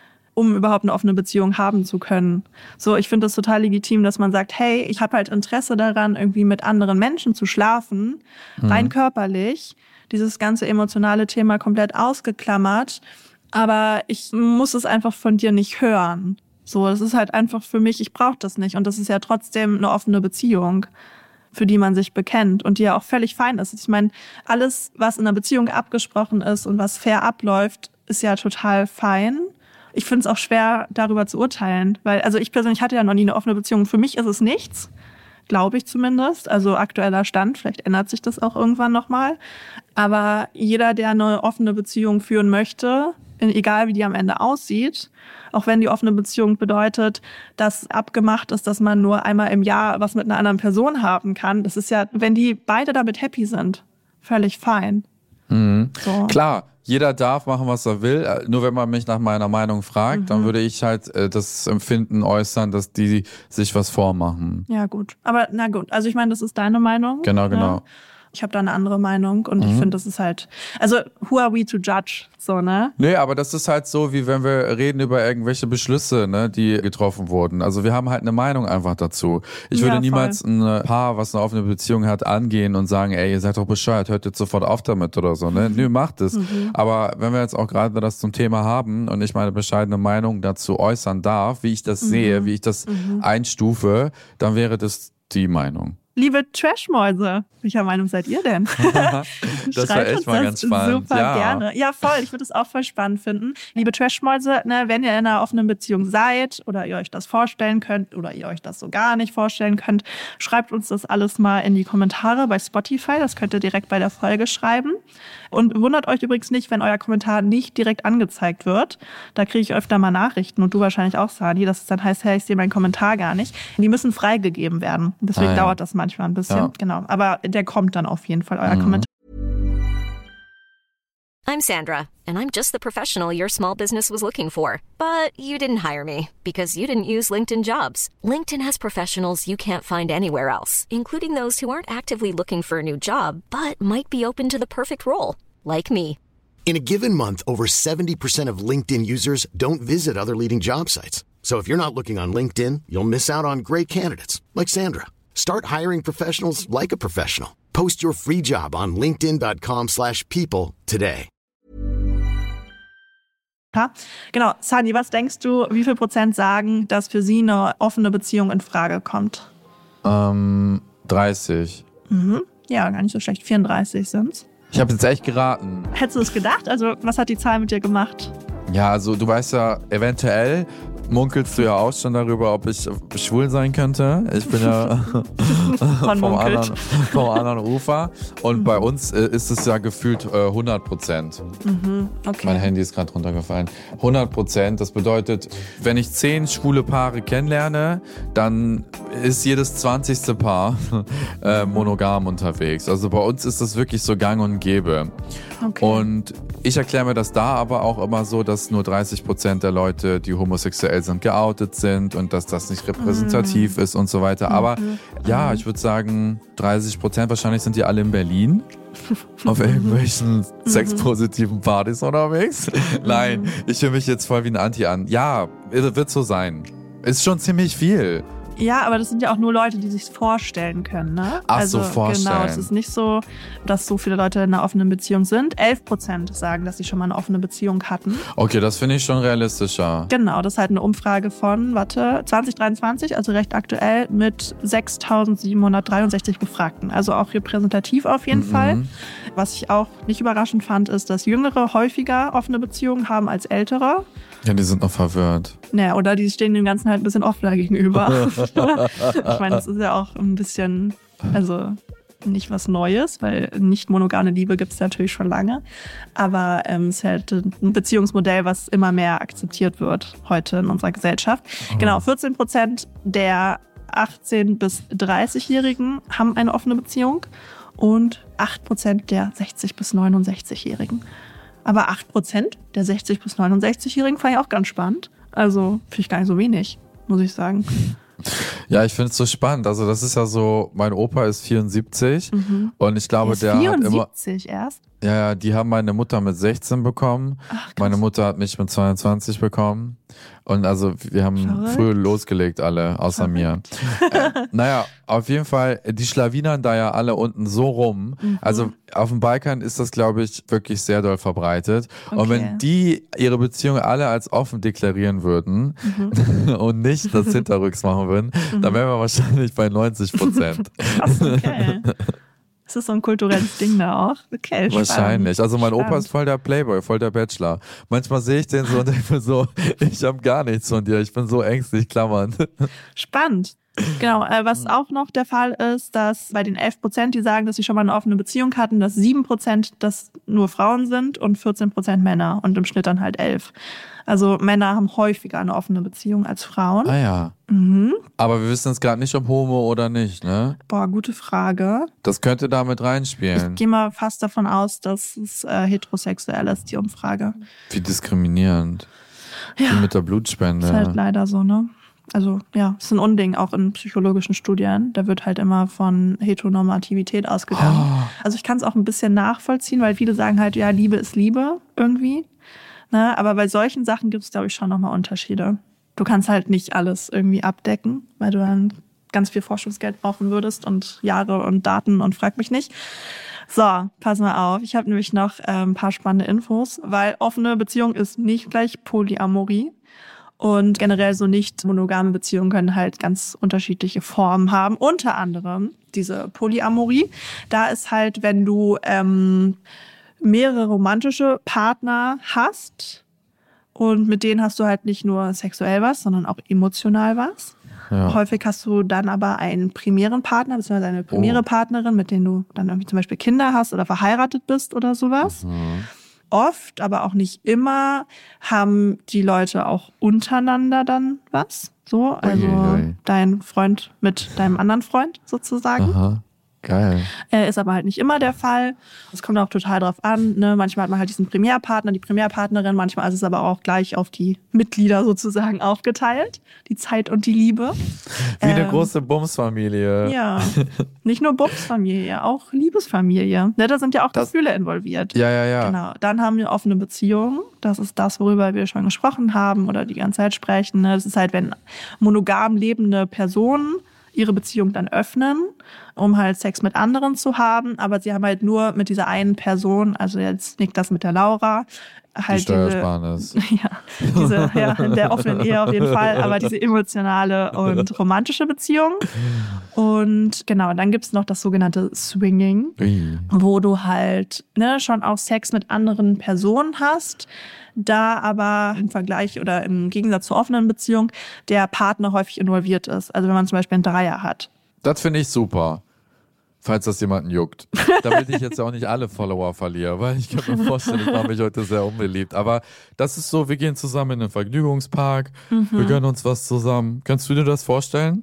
Speaker 4: um überhaupt eine offene Beziehung haben zu können. So, ich finde es total legitim, dass man sagt, hey, ich habe halt Interesse daran, irgendwie mit anderen Menschen zu schlafen, mhm. rein körperlich. Dieses ganze emotionale Thema komplett ausgeklammert. Aber ich muss es einfach von dir nicht hören. So, das ist halt einfach für mich, ich brauche das nicht. Und das ist ja trotzdem eine offene Beziehung, für die man sich bekennt und die ja auch völlig fein ist. Ich meine, alles, was in einer Beziehung abgesprochen ist und was fair abläuft, ist ja total fein. Ich finde es auch schwer, darüber zu urteilen, weil, also ich persönlich hatte ja noch nie eine offene Beziehung. Für mich ist es nichts, glaube ich zumindest. Also aktueller Stand, vielleicht ändert sich das auch irgendwann nochmal. Aber jeder, der eine offene Beziehung führen möchte, egal wie die am Ende aussieht, auch wenn die offene Beziehung bedeutet, dass abgemacht ist, dass man nur einmal im Jahr was mit einer anderen Person haben kann, das ist ja, wenn die beide damit happy sind, völlig fein.
Speaker 3: Mhm. So. Klar, jeder darf machen, was er will. Nur wenn man mich nach meiner Meinung fragt, mhm. dann würde ich halt äh, das Empfinden äußern, dass die sich was vormachen.
Speaker 4: Ja gut, aber na gut, also ich meine, das ist deine Meinung.
Speaker 3: Genau, genau.
Speaker 4: Ja? Ich habe da eine andere Meinung und mhm. ich finde, das ist halt, also who are we to judge, so, ne?
Speaker 3: Nee, aber das ist halt so, wie wenn wir reden über irgendwelche Beschlüsse, ne, die getroffen wurden. Also wir haben halt eine Meinung einfach dazu. Ich würde ja, niemals ein Paar, was eine offene Beziehung hat, angehen und sagen, ey, ihr seid doch bescheuert, hört jetzt sofort auf damit oder so, ne? Mhm. Nö, macht es. Mhm. Aber wenn wir jetzt auch gerade das zum Thema haben und ich meine bescheidene Meinung dazu äußern darf, wie ich das mhm. sehe, wie ich das mhm. einstufe, dann wäre das die Meinung.
Speaker 4: Liebe Trashmäuse, welcher Meinung seid ihr denn?
Speaker 3: Das war echt mal ganz spannend.
Speaker 4: Super
Speaker 3: ja.
Speaker 4: gerne. Ja, voll. Ich würde es auch voll spannend finden. Liebe Trashmäuse, ne, wenn ihr in einer offenen Beziehung seid oder ihr euch das vorstellen könnt oder ihr euch das so gar nicht vorstellen könnt, schreibt uns das alles mal in die Kommentare bei Spotify. Das könnt ihr direkt bei der Folge schreiben. Und wundert euch übrigens nicht, wenn euer Kommentar nicht direkt angezeigt wird. Da kriege ich öfter mal Nachrichten und du wahrscheinlich auch, Sani, dass es dann heißt, hey, ich sehe meinen Kommentar gar nicht. Die müssen freigegeben werden. Deswegen ah, ja. dauert das manchmal ein bisschen. Ja. Genau. Aber der kommt dann auf jeden Fall, euer mhm. Kommentar.
Speaker 5: I'm Sandra, and I'm just the professional your small business was looking for. But you didn't hire me because you didn't use LinkedIn Jobs. LinkedIn has professionals you can't find anywhere else, including those who aren't actively looking for a new job, but might be open to the perfect role, like me.
Speaker 1: In a given month, over seventy percent of LinkedIn users don't visit other leading job sites. So if you're not looking on LinkedIn, you'll miss out on great candidates like Sandra. Start hiring professionals like a professional. Post your free job on linkedin dot com slash people today.
Speaker 4: Genau, Sani, was denkst du, wie viel Prozent sagen, dass für sie eine offene Beziehung in Frage kommt?
Speaker 3: Ähm, dreißig.
Speaker 4: Mhm. Ja, gar nicht so schlecht. vierunddreißig sind's.
Speaker 3: Ich habe jetzt echt geraten.
Speaker 4: Hättest du es gedacht? Also, was hat die Zahl mit dir gemacht?
Speaker 3: Ja, also du weißt ja, eventuell munkelst du ja auch schon darüber, ob ich schwul sein könnte. Ich bin ja vom, anderen, vom anderen Ufer. Und mhm. bei uns ist es ja gefühlt äh, hundert Prozent.
Speaker 4: Mhm, okay.
Speaker 3: Mein Handy ist gerade runtergefallen. hundert Prozent, das bedeutet, wenn ich zehn schwule Paare kennenlerne, dann ist jedes zwanzigste Paar äh, monogam unterwegs. Also bei uns ist das wirklich so gang und gäbe.
Speaker 4: Okay.
Speaker 3: Und ich erkläre mir das da aber auch immer so, dass nur dreißig Prozent der Leute, die homosexuell sind, geoutet sind und dass das nicht repräsentativ mm. ist und so weiter. Aber mm. ja, ich würde sagen, dreißig Prozent, wahrscheinlich sind die alle in Berlin auf irgendwelchen sexpositiven Partys unterwegs. Nein, ich höre mich jetzt voll wie ein Anti an. Ja, wird so sein. Ist schon ziemlich viel.
Speaker 4: Ja, aber das sind ja auch nur Leute, die sich vorstellen können, ne?
Speaker 3: Ach
Speaker 4: also,
Speaker 3: so, vorstellen.
Speaker 4: Genau, es ist nicht so, dass so viele Leute in einer offenen Beziehung sind. elf Prozent sagen, dass sie schon mal eine offene Beziehung hatten.
Speaker 3: Okay, das finde ich schon realistischer.
Speaker 4: Genau, das ist halt eine Umfrage von, warte, zwanzig dreiundzwanzig, also recht aktuell, mit sechstausendsiebenhundertdreiundsechzig Befragten. Also auch repräsentativ auf jeden mhm. Fall. Was ich auch nicht überraschend fand, ist, dass Jüngere häufiger offene Beziehungen haben als Ältere.
Speaker 3: Ja, die sind noch verwirrt.
Speaker 4: Naja, oder die stehen dem Ganzen halt ein bisschen offener gegenüber. Ich meine, das ist ja auch ein bisschen, also nicht was Neues, weil nicht monogame Liebe gibt es natürlich schon lange. Aber ähm, es ist halt ein Beziehungsmodell, was immer mehr akzeptiert wird heute in unserer Gesellschaft. Mhm. Genau, vierzehn Prozent der achtzehn- bis dreißigjährigen haben eine offene Beziehung und acht Prozent der sechzig- bis neunundsechzigjährigen. Aber acht Prozent der sechzig- bis neunundsechzigjährigen fand ich auch ganz spannend. Also finde ich gar nicht so wenig, muss ich sagen.
Speaker 3: Ja, ich finde es so spannend. Also das ist ja so, mein Opa ist vierundsiebzig mhm. und ich glaube, der, der
Speaker 4: vierundsiebzig
Speaker 3: hat immer...
Speaker 4: erst?
Speaker 3: Ja, ja, die haben meine Mutter mit sechzehn bekommen. Ach, meine Mutter hat mich mit zweiundzwanzig bekommen. Und also wir haben Verrückt. früh losgelegt alle, außer Verrückt. mir. Äh, naja, auf jeden Fall, die schlawinern da ja alle unten so rum. Mhm. Also auf dem Balkan ist das, glaube ich, wirklich sehr doll verbreitet. Okay. Und wenn die ihre Beziehung alle als offen deklarieren würden mhm. und nicht das hinterrücks machen würden, mhm. dann wären wir wahrscheinlich bei neunzig Prozent.
Speaker 4: Krass, okay. Ist das so ein kulturelles Ding da auch? Okay,
Speaker 3: wahrscheinlich.
Speaker 4: Spannend.
Speaker 3: Also mein
Speaker 4: Spannend.
Speaker 3: Opa ist voll der Playboy, voll der Bachelor. Manchmal sehe ich den so und denke mir so, ich habe gar nichts von dir, ich bin so ängstlich, Klammern.
Speaker 4: Spannend. Genau, äh, was auch noch der Fall ist, dass bei den elf Prozent, die sagen, dass sie schon mal eine offene Beziehung hatten, dass sieben Prozent das nur Frauen sind und vierzehn Prozent Männer und im Schnitt dann halt elf. Also Männer haben häufiger eine offene Beziehung als Frauen.
Speaker 3: Ah ja.
Speaker 4: Mhm.
Speaker 3: Aber wir wissen jetzt gerade nicht, ob homo oder nicht, ne?
Speaker 4: Boah, gute Frage.
Speaker 3: Das könnte da mit reinspielen.
Speaker 4: Ich gehe mal fast davon aus, dass es äh, heterosexuell ist, die Umfrage.
Speaker 3: Wie diskriminierend.
Speaker 4: Ja.
Speaker 3: Wie mit der Blutspende.
Speaker 4: Ist halt leider so, ne? Also ja, ist ein Unding, auch in psychologischen Studien. Da wird halt immer von Heteronormativität ausgegangen. Oh. Also ich kann es auch ein bisschen nachvollziehen, weil viele sagen halt, ja, Liebe ist Liebe irgendwie. Ne? Aber bei solchen Sachen gibt es, glaube ich, schon nochmal Unterschiede. Du kannst halt nicht alles irgendwie abdecken, weil du dann ganz viel Forschungsgeld brauchen würdest und Jahre und Daten und frag mich nicht. So, pass mal auf. Ich habe nämlich noch äh, ein paar spannende Infos, weil offene Beziehung ist nicht gleich Polyamorie. Und generell so nicht monogame Beziehungen können halt ganz unterschiedliche Formen haben. Unter anderem diese Polyamorie. Da ist halt, wenn du ähm, mehrere romantische Partner hast und mit denen hast du halt nicht nur sexuell was, sondern auch emotional was. Ja. Häufig hast du dann aber einen primären Partner, beziehungsweise eine primäre oh. Partnerin, mit denen du dann irgendwie zum Beispiel Kinder hast oder verheiratet bist oder sowas. Mhm. Oft, aber auch nicht immer, haben die Leute auch untereinander dann was. So, also Uiuiui. Dein Freund mit deinem anderen Freund sozusagen.
Speaker 3: Aha. Geil.
Speaker 4: Äh, ist aber halt nicht immer der Fall. Es kommt auch total drauf an. Ne? Manchmal hat man halt diesen Primärpartner, die Primärpartnerin. Manchmal ist es aber auch gleich auf die Mitglieder sozusagen aufgeteilt. Die Zeit und die Liebe.
Speaker 3: Wie eine
Speaker 4: ähm,
Speaker 3: große Bumsfamilie.
Speaker 4: Ja, nicht nur Bumsfamilie, auch Liebesfamilie. Ne, da sind ja auch das, Gefühle involviert.
Speaker 3: Ja, ja, ja.
Speaker 4: Genau. Dann haben wir offene Beziehungen. Das ist das, worüber wir schon gesprochen haben oder die ganze Zeit sprechen. Ne? Das ist halt, wenn monogam lebende Personen ihre Beziehung dann öffnen, um halt Sex mit anderen zu haben, aber sie haben halt nur mit dieser einen Person, also jetzt nickt das mit der Laura, halt
Speaker 3: die Steuersparnis.
Speaker 4: Diese, ja, diese, ja, in der offenen Ehe auf jeden Fall, aber diese emotionale und romantische Beziehung. Und genau, dann gibt's noch das sogenannte Swinging, Ui. wo du halt ne, schon auch Sex mit anderen Personen hast, da aber im Vergleich oder im Gegensatz zur offenen Beziehung der Partner häufig involviert ist. Also wenn man zum Beispiel einen Dreier hat.
Speaker 3: Das finde ich super, falls das jemanden juckt. Damit ich jetzt ja auch nicht alle Follower verliere, weil ich kann mir vorstellen, ich mache mich heute sehr unbeliebt. Aber das ist so, wir gehen zusammen in den Vergnügungspark, mhm. wir gönnen uns was zusammen. Kannst du dir das vorstellen?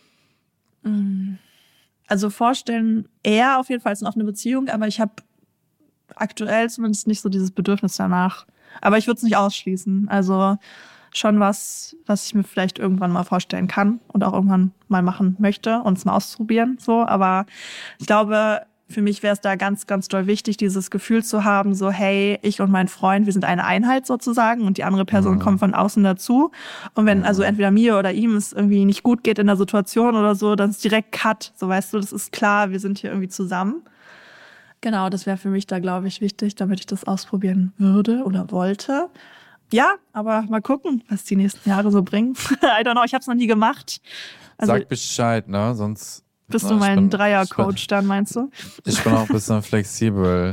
Speaker 4: Also vorstellen eher auf jeden Fall als eine offene Beziehung, aber ich habe aktuell zumindest nicht so dieses Bedürfnis danach. Aber ich würde es nicht ausschließen. Also schon was, was ich mir vielleicht irgendwann mal vorstellen kann und auch irgendwann mal machen möchte und es mal ausprobieren. So, aber ich glaube, Für mich wäre es da ganz, ganz doll wichtig, dieses Gefühl zu haben, so hey, ich und mein Freund, wir sind eine Einheit sozusagen und die andere Person mhm. kommt von außen dazu. Und wenn also entweder mir oder ihm es irgendwie nicht gut geht in der Situation oder so, dann ist direkt Cut. So weißt du, das ist klar, wir sind hier irgendwie zusammen. Genau, das wäre für mich da, glaube ich, wichtig, damit ich das ausprobieren würde oder wollte. Ja, aber mal gucken, was die nächsten Jahre so bringen. I don't know, ich habe es noch nie gemacht. Also,
Speaker 3: sag Bescheid, ne? Sonst
Speaker 4: bist
Speaker 3: na,
Speaker 4: du mein
Speaker 3: bin,
Speaker 4: Dreier-Coach dann, meinst du?
Speaker 3: Ich bin auch ein bisschen flexibel.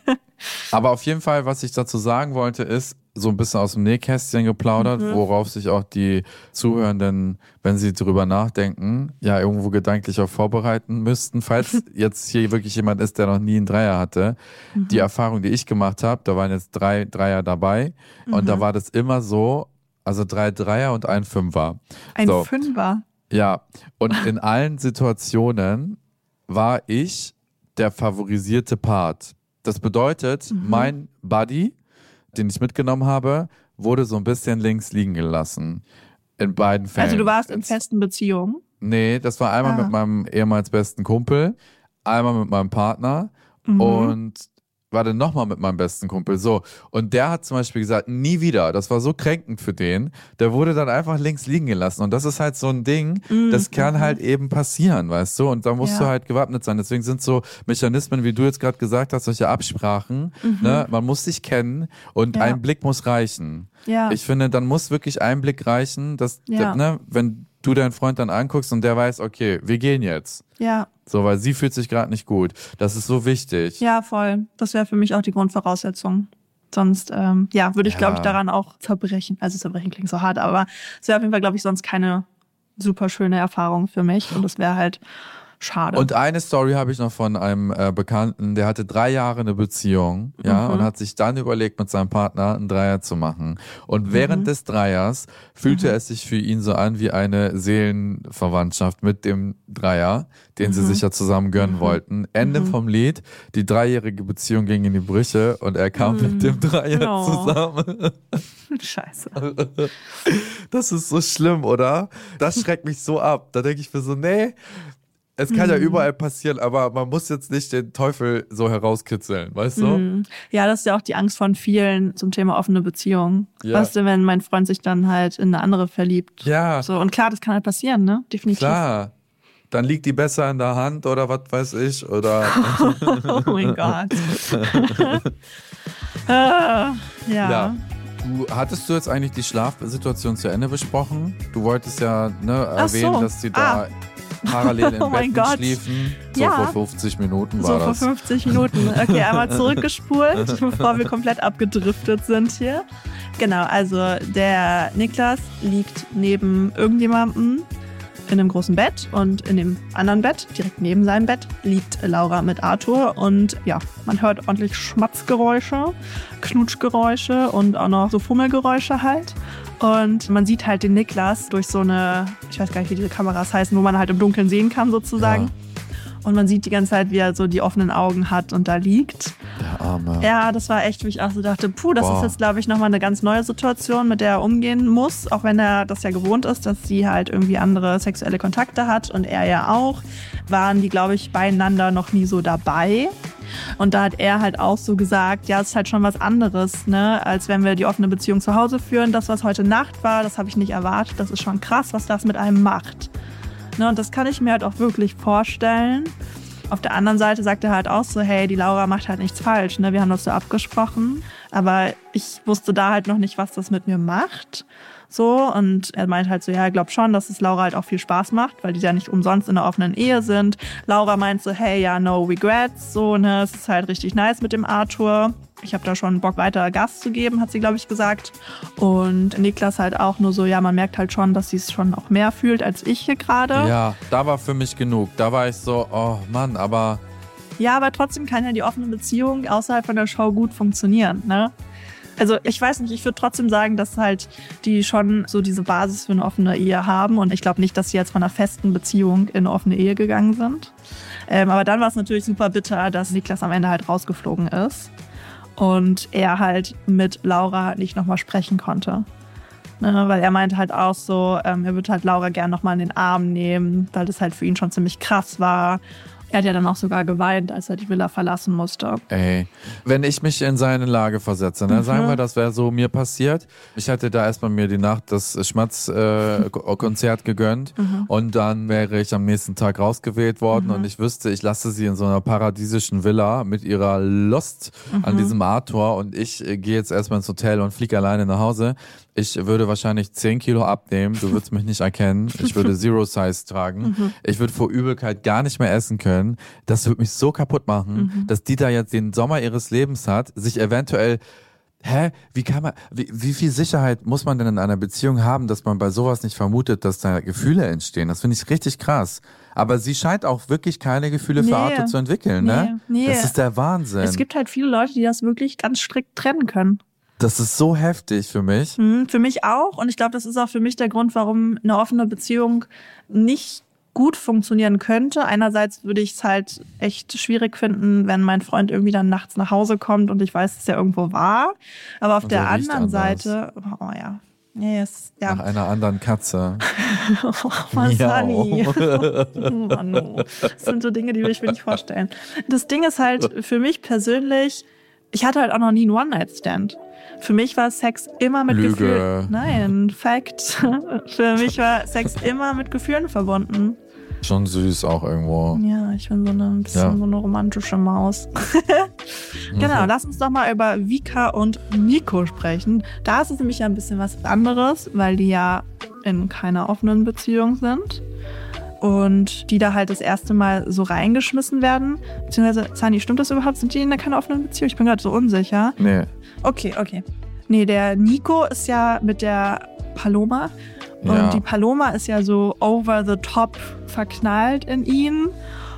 Speaker 3: Aber auf jeden Fall, was ich dazu sagen wollte, ist so ein bisschen aus dem Nähkästchen geplaudert, mhm. worauf sich auch die Zuhörenden, wenn sie drüber nachdenken, ja irgendwo gedanklich auch vorbereiten müssten. Falls jetzt hier wirklich jemand ist, der noch nie einen Dreier hatte. Mhm. Die Erfahrung, die ich gemacht habe, da waren jetzt drei Dreier dabei mhm. und da war das immer so, also drei Dreier und ein Fünfer.
Speaker 4: Ein
Speaker 3: so.
Speaker 4: Fünfer?
Speaker 3: Ja, und in allen Situationen war ich der favorisierte Part. Das bedeutet, mhm. mein Buddy, den ich mitgenommen habe, wurde so ein bisschen links liegen gelassen. In beiden Fällen.
Speaker 4: Also du warst in festen Beziehungen?
Speaker 3: Nee, das war einmal ah. mit meinem ehemals besten Kumpel, einmal mit meinem Partner mhm. und war dann nochmal mit meinem besten Kumpel. So. Und der hat zum Beispiel gesagt, nie wieder. Das war so kränkend für den. Der wurde dann einfach links liegen gelassen. Und das ist halt so ein Ding, mhm. das kann halt eben passieren, weißt du? Und da musst ja. du halt gewappnet sein. Deswegen sind so Mechanismen, wie du jetzt gerade gesagt hast, solche Absprachen. Mhm. Ne? Man muss sich kennen und ja. ein Blick muss reichen. Ja. Ich finde, dann muss wirklich ein Blick reichen, dass, ja. ne, wenn du deinen Freund dann anguckst und der weiß, okay, wir gehen jetzt.
Speaker 4: Ja.
Speaker 3: So, weil sie fühlt sich gerade nicht gut. Das ist so wichtig.
Speaker 4: Ja, voll. Das wäre für mich auch die Grundvoraussetzung. Sonst, ähm, ja, würde ich, ja. glaube ich, daran auch zerbrechen. Also zerbrechen klingt so hart, aber es wäre auf jeden Fall, glaube ich, sonst keine super schöne Erfahrung für mich. Und das wäre halt schade.
Speaker 3: Und eine Story habe ich noch von einem äh, Bekannten, der hatte drei Jahre eine Beziehung, ja, mhm. und hat sich dann überlegt, mit seinem Partner einen Dreier zu machen. Und während mhm. des Dreiers fühlte mhm. es sich für ihn so an wie eine Seelenverwandtschaft mit dem Dreier, den mhm. sie sich ja zusammen gönnen mhm. wollten. Ende mhm. vom Lied, die dreijährige Beziehung ging in die Brüche und er kam mhm. mit dem Dreier oh. zusammen.
Speaker 4: Scheiße.
Speaker 3: Das ist so schlimm, oder? Das schreckt mich so ab. Da denke ich mir so, nee, es kann mm. ja überall passieren, aber man muss jetzt nicht den Teufel so herauskitzeln, weißt du?
Speaker 4: Mm. Ja, das ist ja auch die Angst von vielen zum Thema offene Beziehung. Ja. Weißt du, wenn mein Freund sich dann halt in eine andere verliebt.
Speaker 3: Ja.
Speaker 4: So, und klar, das kann halt passieren, ne? Definitiv.
Speaker 3: Klar. Dann liegt die besser in der Hand oder was weiß ich. Oder
Speaker 4: oh mein Gott. ah, ja.
Speaker 3: ja. Du, hattest du jetzt eigentlich die Schlafsituation zu Ende besprochen? Du wolltest ja ne, erwähnen, so. dass sie da... Ah. parallel in
Speaker 4: oh
Speaker 3: Betten
Speaker 4: Gott.
Speaker 3: schliefen. So
Speaker 4: ja.
Speaker 3: vor fünfzig Minuten war
Speaker 4: so
Speaker 3: das.
Speaker 4: So vor fünfzig Minuten. Okay, einmal zurückgespult, bevor wir komplett abgedriftet sind hier. Genau, also der Niklas liegt neben irgendjemandem in einem großen Bett und in dem anderen Bett, direkt neben seinem Bett, liegt Laura mit Arthur und ja, man hört ordentlich Schmatzgeräusche, Knutschgeräusche und auch noch so Fummelgeräusche halt. Und man sieht halt den Niklas durch so eine, ich weiß gar nicht, wie diese Kameras heißen, wo man halt im Dunkeln sehen kann sozusagen. Ja. Und man sieht die ganze Zeit, wie er so die offenen Augen hat und da liegt.
Speaker 3: Der Arme.
Speaker 4: Ja, das war echt, wie ich auch so dachte, puh, das Boah. ist jetzt, glaube ich, nochmal eine ganz neue Situation, mit der er umgehen muss. Auch wenn er das ja gewohnt ist, dass sie halt irgendwie andere sexuelle Kontakte hat und er ja auch, waren die, glaube ich, beieinander noch nie so dabei. Und da hat er halt auch so gesagt, ja, es ist halt schon was anderes, ne, als wenn wir die offene Beziehung zu Hause führen. Das, was heute Nacht war, das habe ich nicht erwartet. Das ist schon krass, was das mit einem macht. Ne, und das kann ich mir halt auch wirklich vorstellen. Auf der anderen Seite sagt er halt auch so, hey, die Laura macht halt nichts falsch, ne, wir haben das so abgesprochen. Aber ich wusste da halt noch nicht, was das mit mir macht. So, und er meint halt so, ja, ich glaube schon, dass es Laura halt auch viel Spaß macht, weil die ja nicht umsonst in einer offenen Ehe sind. Laura meint so, hey, ja, no regrets, so, ne, es ist halt richtig nice mit dem Arthur. Ich habe da schon Bock, weiter Gas zu geben, hat sie, glaube ich, gesagt. Und Niklas halt auch nur so, ja, man merkt halt schon, dass sie es schon auch mehr fühlt als ich hier gerade.
Speaker 3: Ja, da war für mich genug. Da war ich so, oh Mann, aber...
Speaker 4: Ja, aber trotzdem kann ja die offene Beziehung außerhalb von der Show gut funktionieren, ne? Also ich weiß nicht, ich würde trotzdem sagen, dass halt die schon so diese Basis für eine offene Ehe haben. Und ich glaube nicht, dass sie jetzt von einer festen Beziehung in eine offene Ehe gegangen sind. Ähm, aber dann war es natürlich super bitter, dass Niklas am Ende halt rausgeflogen ist. Und er halt mit Laura nicht nochmal sprechen konnte. Ne, weil er meinte halt auch so, ähm, er würde halt Laura gerne nochmal in den Arm nehmen, weil das halt für ihn schon ziemlich krass war. Er hat ja dann auch sogar geweint, als er die Villa verlassen musste.
Speaker 3: Ey, wenn ich mich in seine Lage versetze, ne, mhm. sagen wir, das wäre so mir passiert. Ich hätte da erstmal mir die Nacht das Schmatz-Konzert äh, gegönnt mhm. und dann wäre ich am nächsten Tag rausgewählt worden mhm. und ich wüsste, ich lasse sie in so einer paradiesischen Villa mit ihrer Lust mhm. an diesem Arthur und ich äh, gehe jetzt erstmal ins Hotel und fliege alleine nach Hause. Ich würde wahrscheinlich zehn Kilo abnehmen, du würdest mich nicht erkennen. Ich würde Zero Size tragen. Mhm. Ich würde vor Übelkeit gar nicht mehr essen können. Das würde mich so kaputt machen, mhm. dass die da jetzt den Sommer ihres Lebens hat, sich eventuell, hä, wie kann man, wie, wie viel Sicherheit muss man denn in einer Beziehung haben, dass man bei sowas nicht vermutet, dass da Gefühle entstehen? Das finde ich richtig krass. Aber sie scheint auch wirklich keine Gefühle nee. für Arthur zu entwickeln,
Speaker 4: nee.
Speaker 3: ne? Nee. Das ist der Wahnsinn.
Speaker 4: Es gibt halt viele Leute, die das wirklich ganz strikt trennen können.
Speaker 3: Das ist so heftig für mich.
Speaker 4: Mhm, für mich auch. Und ich glaube, das ist auch für mich der Grund, warum eine offene Beziehung nicht gut funktionieren könnte. Einerseits würde ich es halt echt schwierig finden, wenn mein Freund irgendwie dann nachts nach Hause kommt und ich weiß, dass er irgendwo war. Aber auf und der anderen anders. Seite, oh ja. Yes, ja.
Speaker 3: Nach einer anderen Katze.
Speaker 4: Oh, was, Honey. Oh, no. Das sind so Dinge, die will ich mir nicht vorstellen. Das Ding ist halt für mich persönlich, ich hatte halt auch noch nie einen One-Night-Stand. Für mich war Sex immer mit
Speaker 3: Lüge.
Speaker 4: Gefühlen. Nein, Fact. Für mich war Sex immer mit Gefühlen verbunden.
Speaker 3: Schon süß auch irgendwo.
Speaker 4: Ja, ich bin so eine, ein bisschen ja. so eine romantische Maus. Genau, lass uns doch mal über Vika und Nico sprechen. Da ist es nämlich ja ein bisschen was anderes, weil die ja in keiner offenen Beziehung sind. Und die da halt das erste Mal so reingeschmissen werden. Beziehungsweise, Sani, stimmt das überhaupt? Sind die in keiner offenen Beziehung? Ich bin gerade so unsicher.
Speaker 3: Nee.
Speaker 4: Okay, okay. Nee, der Nico ist ja mit der Paloma. Und ja. die Paloma ist ja so over the top verknallt in ihn.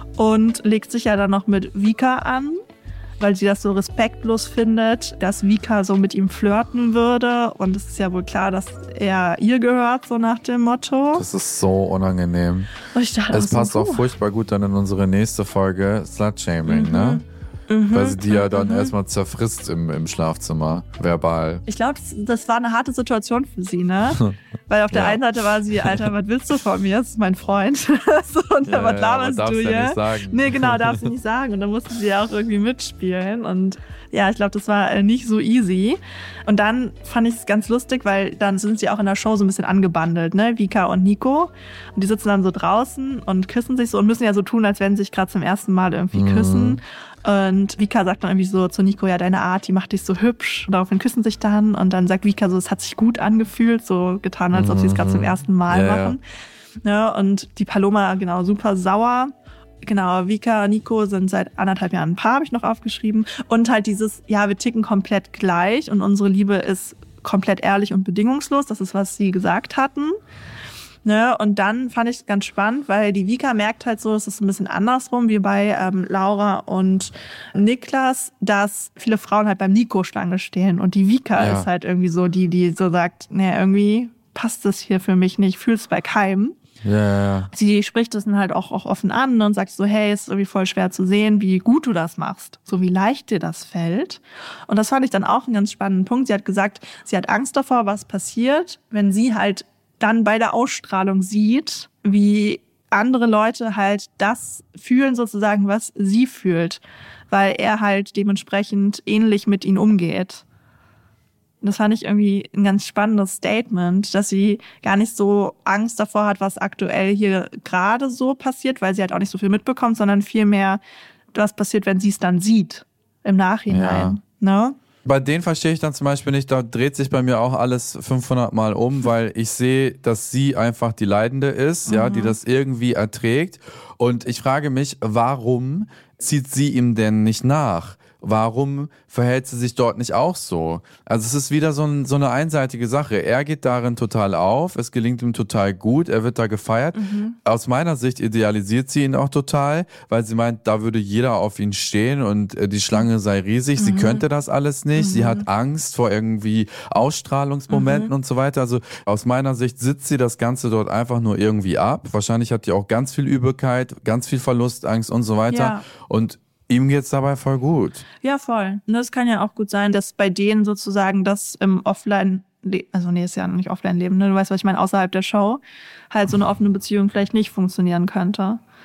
Speaker 4: Und legt sich ja dann noch mit Vika an, weil sie das so respektlos findet, dass Vika so mit ihm flirten würde. Und es ist ja wohl klar, dass er ihr gehört, so nach dem Motto.
Speaker 3: Das ist so unangenehm.
Speaker 4: Und ich dachte,
Speaker 3: es passt
Speaker 4: so,
Speaker 3: auch furchtbar gut dann in unsere nächste Folge Slut-Shaming, mhm. ne? Mhm. Weil sie die ja dann mhm. erstmal zerfrisst im, im Schlafzimmer, verbal.
Speaker 4: Ich glaube, das, das war eine harte Situation für sie, ne? Weil auf der ja. einen Seite war sie, Alter, was willst du von mir? Das ist mein Freund. so, und
Speaker 3: ja,
Speaker 4: was laberst
Speaker 3: ja,
Speaker 4: du
Speaker 3: ja
Speaker 4: hier?
Speaker 3: Nicht sagen.
Speaker 4: Nee, genau, darf sie nicht sagen. Und dann musste sie ja auch irgendwie mitspielen. Und ja, ich glaube, das war nicht so easy. Und dann fand ich es ganz lustig, weil dann sind sie auch in der Show so ein bisschen angebandelt, ne? Vika und Nico. Und die sitzen dann so draußen und küssen sich so und müssen ja so tun, als wenn sie sich gerade zum ersten Mal irgendwie mhm. küssen. Und Vika sagt dann irgendwie so zu Nico, ja, deine Art, die macht dich so hübsch. Und daraufhin küssen sich dann. Und dann sagt Vika so, es hat sich gut angefühlt, so getan, als ob sie es gerade zum ersten Mal
Speaker 3: ja,
Speaker 4: machen. Ja, und die Paloma, genau, super sauer. Genau, Vika und Nico sind seit anderthalb Jahren ein Paar, habe ich noch aufgeschrieben. Und halt dieses, ja, wir ticken komplett gleich und unsere Liebe ist komplett ehrlich und bedingungslos. Das ist, was sie gesagt hatten. Ne, und dann fand ich es ganz spannend, weil die Vika merkt halt so, es ist ein bisschen andersrum wie bei ähm, Laura und Niklas, dass viele Frauen halt beim Nico Schlange stehen und die Vika ja. ist halt irgendwie so die, die so sagt, ne, irgendwie passt das hier für mich nicht, fühl's bei keinem.
Speaker 3: Ja, ja, ja.
Speaker 4: Sie spricht das dann halt auch, auch offen an und sagt so, hey, es ist irgendwie voll schwer zu sehen, wie gut du das machst, so wie leicht dir das fällt. Und das fand ich dann auch einen ganz spannenden Punkt. Sie hat gesagt, sie hat Angst davor, was passiert, wenn sie halt dann bei der Ausstrahlung sieht, wie andere Leute halt das fühlen sozusagen, was sie fühlt, weil er halt dementsprechend ähnlich mit ihnen umgeht. Das fand ich irgendwie ein ganz spannendes Statement, dass sie gar nicht so Angst davor hat, was aktuell hier gerade so passiert, weil sie halt auch nicht so viel mitbekommt, sondern vielmehr, was passiert, wenn sie es dann sieht im Nachhinein. Ja. Ne?
Speaker 3: Bei denen verstehe ich dann zum Beispiel nicht, da dreht sich bei mir auch alles fünfhundert Mal um, weil ich sehe, dass sie einfach die Leidende ist, mhm. ja, die das irgendwie erträgt. Und ich frage mich, warum zieht sie ihm denn nicht nach? Warum verhält sie sich dort nicht auch so? Also es ist wieder so, ein, so eine einseitige Sache. Er geht darin total auf, es gelingt ihm total gut, er wird da gefeiert. Mhm. Aus meiner Sicht idealisiert sie ihn auch total, weil sie meint, da würde jeder auf ihn stehen und die Schlange sei riesig. Mhm. Sie könnte das alles nicht. Mhm. Sie hat Angst vor irgendwie Ausstrahlungsmomenten mhm. und so weiter. Also aus meiner Sicht sitzt sie das Ganze dort einfach nur irgendwie ab. Wahrscheinlich hat die auch ganz viel Übelkeit, ganz viel Verlustangst und so weiter.
Speaker 4: Ja.
Speaker 3: Und ihm geht's dabei voll gut.
Speaker 4: Ja, voll. Und das kann ja auch gut sein, dass bei denen sozusagen das im Offline, also nee, ist ja nicht Offline-Leben, ne? Du weißt, was ich meine, außerhalb der Show, halt so eine offene Beziehung vielleicht nicht funktionieren könnte.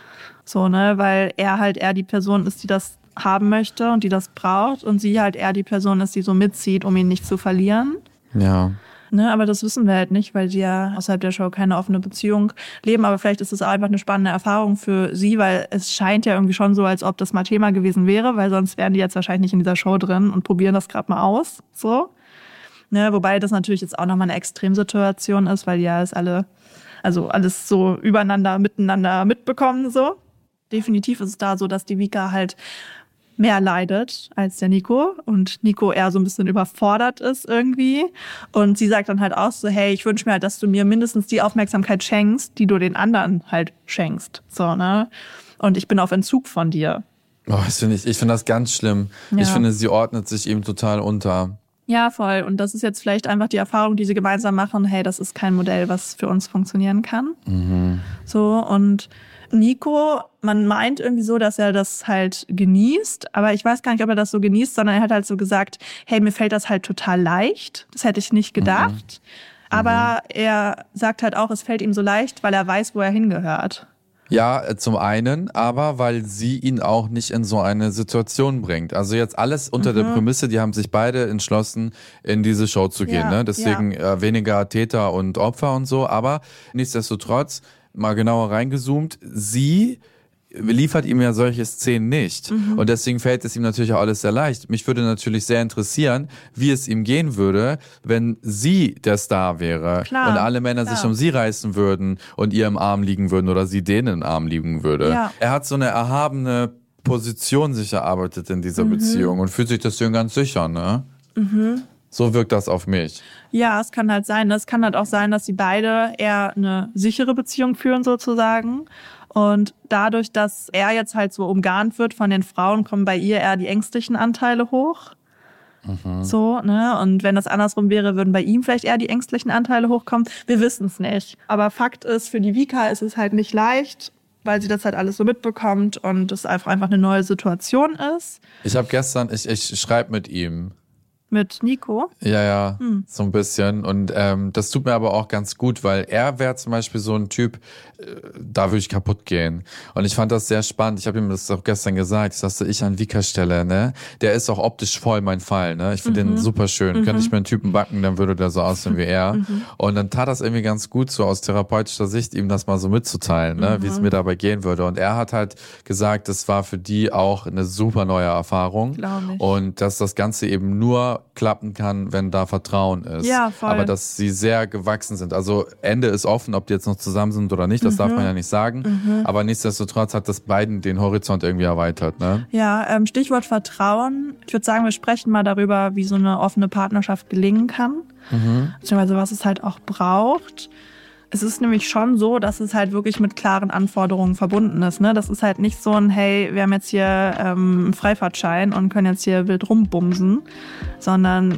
Speaker 4: So, ne, weil er halt eher die Person ist, die das haben möchte und die das braucht und sie halt eher die Person ist, die so mitzieht, um ihn nicht zu verlieren.
Speaker 3: Ja.
Speaker 4: Ne, aber das wissen wir halt nicht, weil die ja außerhalb der Show keine offene Beziehung leben. Aber vielleicht ist es auch einfach eine spannende Erfahrung für sie, weil es scheint ja irgendwie schon so, als ob das mal Thema gewesen wäre, weil sonst wären die jetzt wahrscheinlich nicht in dieser Show drin und probieren das gerade mal aus. So. Ne, wobei das natürlich jetzt auch nochmal eine Extremsituation ist, weil die ja es alle, also alles so übereinander, miteinander mitbekommen. So. Definitiv ist es da so, dass die Vika halt mehr leidet als der Nico und Nico eher so ein bisschen überfordert ist irgendwie. Und sie sagt dann halt auch so, hey, ich wünsche mir halt, dass du mir mindestens die Aufmerksamkeit schenkst, die du den anderen halt schenkst. So, ne? Und ich bin auf Entzug von dir.
Speaker 3: Oh, das find ich ich finde das ganz schlimm. Ja. Ich finde, sie ordnet sich ihm total unter.
Speaker 4: Ja, voll. Und das ist jetzt vielleicht einfach die Erfahrung, die sie gemeinsam machen. Hey, das ist kein Modell, was für uns funktionieren kann.
Speaker 3: Mhm.
Speaker 4: So, und Nico, man meint irgendwie so, dass er das halt genießt, aber ich weiß gar nicht, ob er das so genießt, sondern er hat halt so gesagt, hey, mir fällt das halt total leicht. Das hätte ich nicht gedacht. Mhm. Aber mhm. er sagt halt auch, es fällt ihm so leicht, weil er weiß, wo er hingehört.
Speaker 3: Ja, zum einen, aber weil sie ihn auch nicht in so eine Situation bringt. Also jetzt alles unter mhm. der Prämisse, die haben sich beide entschlossen, in diese Show zu gehen.
Speaker 4: Ja,
Speaker 3: ne? Deswegen ja. äh, weniger Täter und Opfer und so, aber nichtsdestotrotz, mal genauer reingezoomt, sie liefert ihm ja solche Szenen nicht. Mhm. Und deswegen fällt es ihm natürlich auch alles sehr leicht. Mich würde natürlich sehr interessieren, wie es ihm gehen würde, wenn sie der Star wäre.
Speaker 4: Klar,
Speaker 3: und alle Männer
Speaker 4: klar.
Speaker 3: sich um sie reißen würden und ihr im Arm liegen würden oder sie denen im Arm liegen würde.
Speaker 4: Ja.
Speaker 3: Er hat so eine erhabene Position sich erarbeitet in dieser
Speaker 4: mhm.
Speaker 3: Beziehung und fühlt sich deswegen ganz sicher, ne?
Speaker 4: Mhm.
Speaker 3: So wirkt das auf mich.
Speaker 4: Ja, es kann halt sein. Es kann halt auch sein, dass sie beide eher eine sichere Beziehung führen sozusagen. Und dadurch, dass er jetzt halt so umgarnt wird von den Frauen, kommen bei ihr eher die ängstlichen Anteile hoch. Mhm. So, ne? Und wenn das andersrum wäre, würden bei ihm vielleicht eher die ängstlichen Anteile hochkommen. Wir wissen es nicht. Aber Fakt ist, für die Vika ist es halt nicht leicht, weil sie das halt alles so mitbekommt und es einfach einfach eine neue Situation ist.
Speaker 3: Ich habe gestern, ich, ich schreibe mit ihm.
Speaker 4: Mit Nico?
Speaker 3: Ja, ja,
Speaker 4: hm.
Speaker 3: so ein bisschen. Und ähm, das tut mir aber auch ganz gut, weil er wäre zum Beispiel so ein Typ, äh, da würde ich kaputt gehen. Und ich fand das sehr spannend. Ich habe ihm das auch gestern gesagt. Ich sagte, ich an Vikas Stelle, ne? Der ist auch optisch voll mein Fall, ne? Ich finde mhm. den super schön. Mhm. Könnte ich mir einen Typen backen, dann würde der so aussehen wie er. Mhm. Und dann tat das irgendwie ganz gut, so aus therapeutischer Sicht, ihm das mal so mitzuteilen, ne? Mhm. Wie es mir dabei gehen würde. Und er hat halt gesagt, das war für die auch eine super neue Erfahrung.
Speaker 4: Glaube ich.
Speaker 3: Und dass das Ganze eben nur klappen kann, wenn da Vertrauen ist.
Speaker 4: Ja, voll.
Speaker 3: Aber dass sie sehr gewachsen sind. Also Ende ist offen, ob die jetzt noch zusammen sind oder nicht, das mhm. darf man ja nicht sagen. Mhm. Aber nichtsdestotrotz hat das beiden den Horizont irgendwie erweitert, ne?
Speaker 4: Ja, ähm, Stichwort Vertrauen. Ich würde sagen, wir sprechen mal darüber, wie so eine offene Partnerschaft gelingen kann. Mhm. Beziehungsweise was es halt auch braucht. Es ist nämlich schon so, dass es halt wirklich mit klaren Anforderungen verbunden ist. Ne? Das ist halt nicht so ein, hey, wir haben jetzt hier ähm, einen Freifahrtschein und können jetzt hier wild rumbumsen, sondern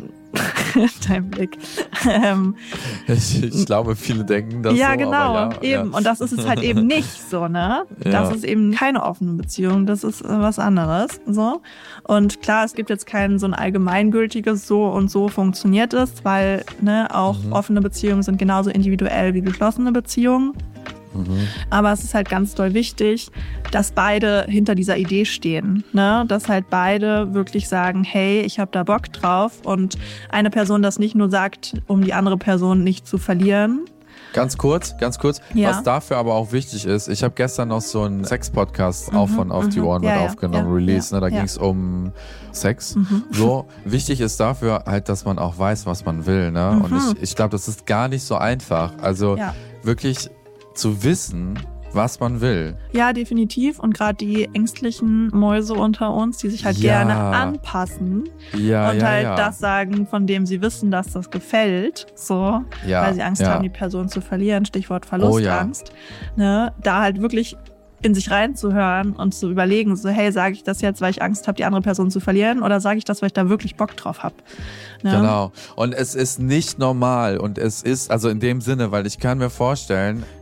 Speaker 4: dein Blick. Ähm,
Speaker 3: ich, ich glaube, viele denken das
Speaker 4: ja,
Speaker 3: so.
Speaker 4: Genau,
Speaker 3: Aber ja,
Speaker 4: eben.
Speaker 3: Ja.
Speaker 4: Und das ist es halt eben nicht so, ne?
Speaker 3: Ja.
Speaker 4: Das ist eben keine offene Beziehung, das ist was anderes. So. Und klar, es gibt jetzt kein so ein allgemeingültiges so und so funktioniert es, weil ne, auch mhm. offene Beziehungen sind genauso individuell wie geschlossene Beziehungen. Mhm. Aber es ist halt ganz doll wichtig, dass beide hinter dieser Idee stehen. Ne? Dass halt beide wirklich sagen, hey, ich habe da Bock drauf. Und eine Person das nicht nur sagt, um die andere Person nicht zu verlieren.
Speaker 3: Ganz kurz, ganz kurz.
Speaker 4: Ja.
Speaker 3: Was dafür aber auch wichtig ist, ich habe gestern noch so einen Sex-Podcast mhm, auch von Auf die Ohren
Speaker 4: ja,
Speaker 3: mit
Speaker 4: ja,
Speaker 3: aufgenommen,
Speaker 4: ja,
Speaker 3: Release.
Speaker 4: ja,
Speaker 3: Ne? Da
Speaker 4: ja.
Speaker 3: ging es um Sex.
Speaker 4: Mhm.
Speaker 3: So, wichtig ist dafür halt, dass man auch weiß, was man will. Ne?
Speaker 4: Mhm.
Speaker 3: Und ich, ich glaube, das ist gar nicht so einfach. Also
Speaker 4: ja.
Speaker 3: wirklich zu wissen, was man will.
Speaker 4: Ja, definitiv. Und gerade die ängstlichen Mäuse unter uns, die sich halt
Speaker 3: Ja.
Speaker 4: gerne anpassen
Speaker 3: Ja,
Speaker 4: und
Speaker 3: ja,
Speaker 4: halt
Speaker 3: ja.
Speaker 4: das sagen, von dem sie wissen, dass das gefällt, so,
Speaker 3: Ja,
Speaker 4: weil sie Angst
Speaker 3: ja.
Speaker 4: haben, die Person zu verlieren, Stichwort Verlustangst,
Speaker 3: Oh,
Speaker 4: ne, da halt wirklich in sich reinzuhören und zu überlegen, so hey, sage ich das jetzt, weil ich Angst habe, die andere Person zu verlieren, oder sage ich das, weil ich da wirklich Bock drauf habe? Ne?
Speaker 3: Genau. Und es ist nicht normal und es ist, also in dem Sinne, weil ich kann mir vorstellen,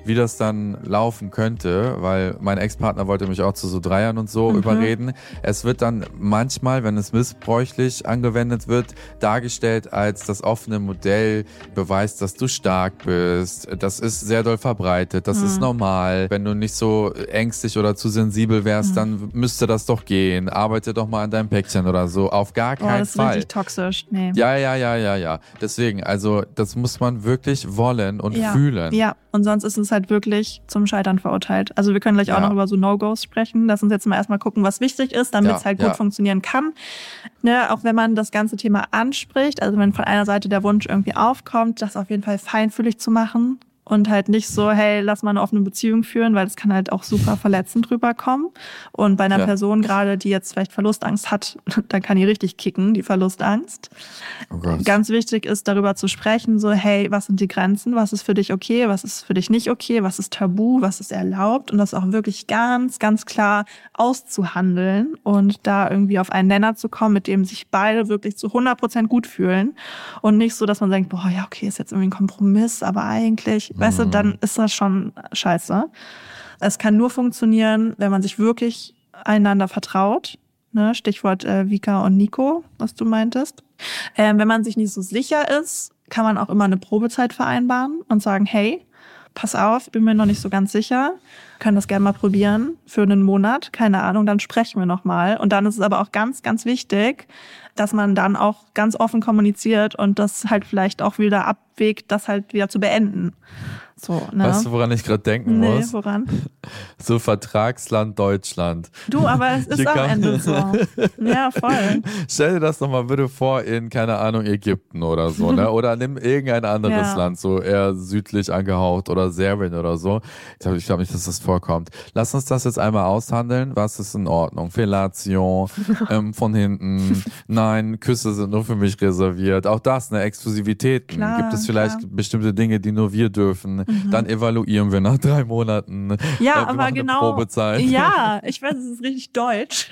Speaker 3: wie das dann laufen könnte, weil mein Ex-Partner wollte mich auch zu so Dreiern und so mhm. überreden. Es wird dann manchmal, wenn es missbräuchlich angewendet wird, dargestellt als das offene Modell beweist, dass du stark bist. Das ist sehr doll verbreitet, das mhm. ist normal. Wenn du nicht so ängstlich oder zu sensibel wärst, mhm. dann müsste das doch gehen. Arbeite doch mal an deinem Päckchen oder so. Auf gar keinen Fall. Das ist Fall.
Speaker 4: Richtig toxisch. Nee.
Speaker 3: Ja, ja, ja, ja, ja. Deswegen, also das muss man wirklich wollen und
Speaker 4: ja.
Speaker 3: fühlen.
Speaker 4: Ja, und sonst ist es halt wirklich zum Scheitern verurteilt. Also wir können gleich ja. auch noch über so No-Gos sprechen. Lass uns jetzt mal erstmal gucken, was wichtig ist, damit es ja, halt gut ja. funktionieren kann. Ne, auch wenn man das ganze Thema anspricht, also wenn von einer Seite der Wunsch irgendwie aufkommt, das auf jeden Fall feinfühlig zu machen. Und halt nicht so, hey, lass mal eine offene Beziehung führen, weil das kann halt auch super verletzend rüberkommen. Und bei einer ja. Person gerade, die jetzt vielleicht Verlustangst hat, dann kann die richtig kicken, die Verlustangst. Oh Gott. Ganz wichtig ist, darüber zu sprechen, so, hey, was sind die Grenzen? Was ist für dich okay? Was ist für dich nicht okay? Was ist tabu? Was ist erlaubt? Und das auch wirklich ganz, ganz klar auszuhandeln und da irgendwie auf einen Nenner zu kommen, mit dem sich beide wirklich zu hundert Prozent gut fühlen. Und nicht so, dass man denkt, boah, ja, okay, ist jetzt irgendwie ein Kompromiss, aber eigentlich weißt du, dann ist das schon scheiße. Es kann nur funktionieren, wenn man sich wirklich einander vertraut. Ne? Stichwort äh, Vika und Nico, was du meintest. Ähm, wenn man sich nicht so sicher ist, kann man auch immer eine Probezeit vereinbaren und sagen, hey, pass auf, bin mir noch nicht so ganz sicher, können das gerne mal probieren für einen Monat, keine Ahnung, dann sprechen wir nochmal. Und dann ist es aber auch ganz, ganz wichtig, dass man dann auch ganz offen kommuniziert und das halt vielleicht auch wieder abwägt, das halt wieder zu beenden. So, ne?
Speaker 3: Weißt du, woran ich gerade denken
Speaker 4: nee,
Speaker 3: muss?
Speaker 4: woran?
Speaker 3: So Vertragsland Deutschland.
Speaker 4: Du, aber es ist am Ende so. Ja, voll.
Speaker 3: Stell dir das doch mal bitte vor in, keine Ahnung, Ägypten oder so, ne? Oder nimm irgendein anderes ja. Land, so eher südlich angehaucht oder Serbien oder so. Ich glaube ich glaub nicht, dass das vorkommt. Lass uns das jetzt einmal aushandeln. Was ist in Ordnung? Fellatio, ähm, von hinten. Nein, Küsse sind nur für mich reserviert. Auch das, ne? Exklusivitäten.
Speaker 4: Klar,
Speaker 3: Gibt es vielleicht
Speaker 4: klar.
Speaker 3: bestimmte Dinge, die nur wir dürfen? Mhm. Dann evaluieren wir nach drei Monaten.
Speaker 4: Ja,
Speaker 3: wir
Speaker 4: aber genau.
Speaker 3: Probezeit.
Speaker 4: Ja, ich weiß, es ist richtig deutsch.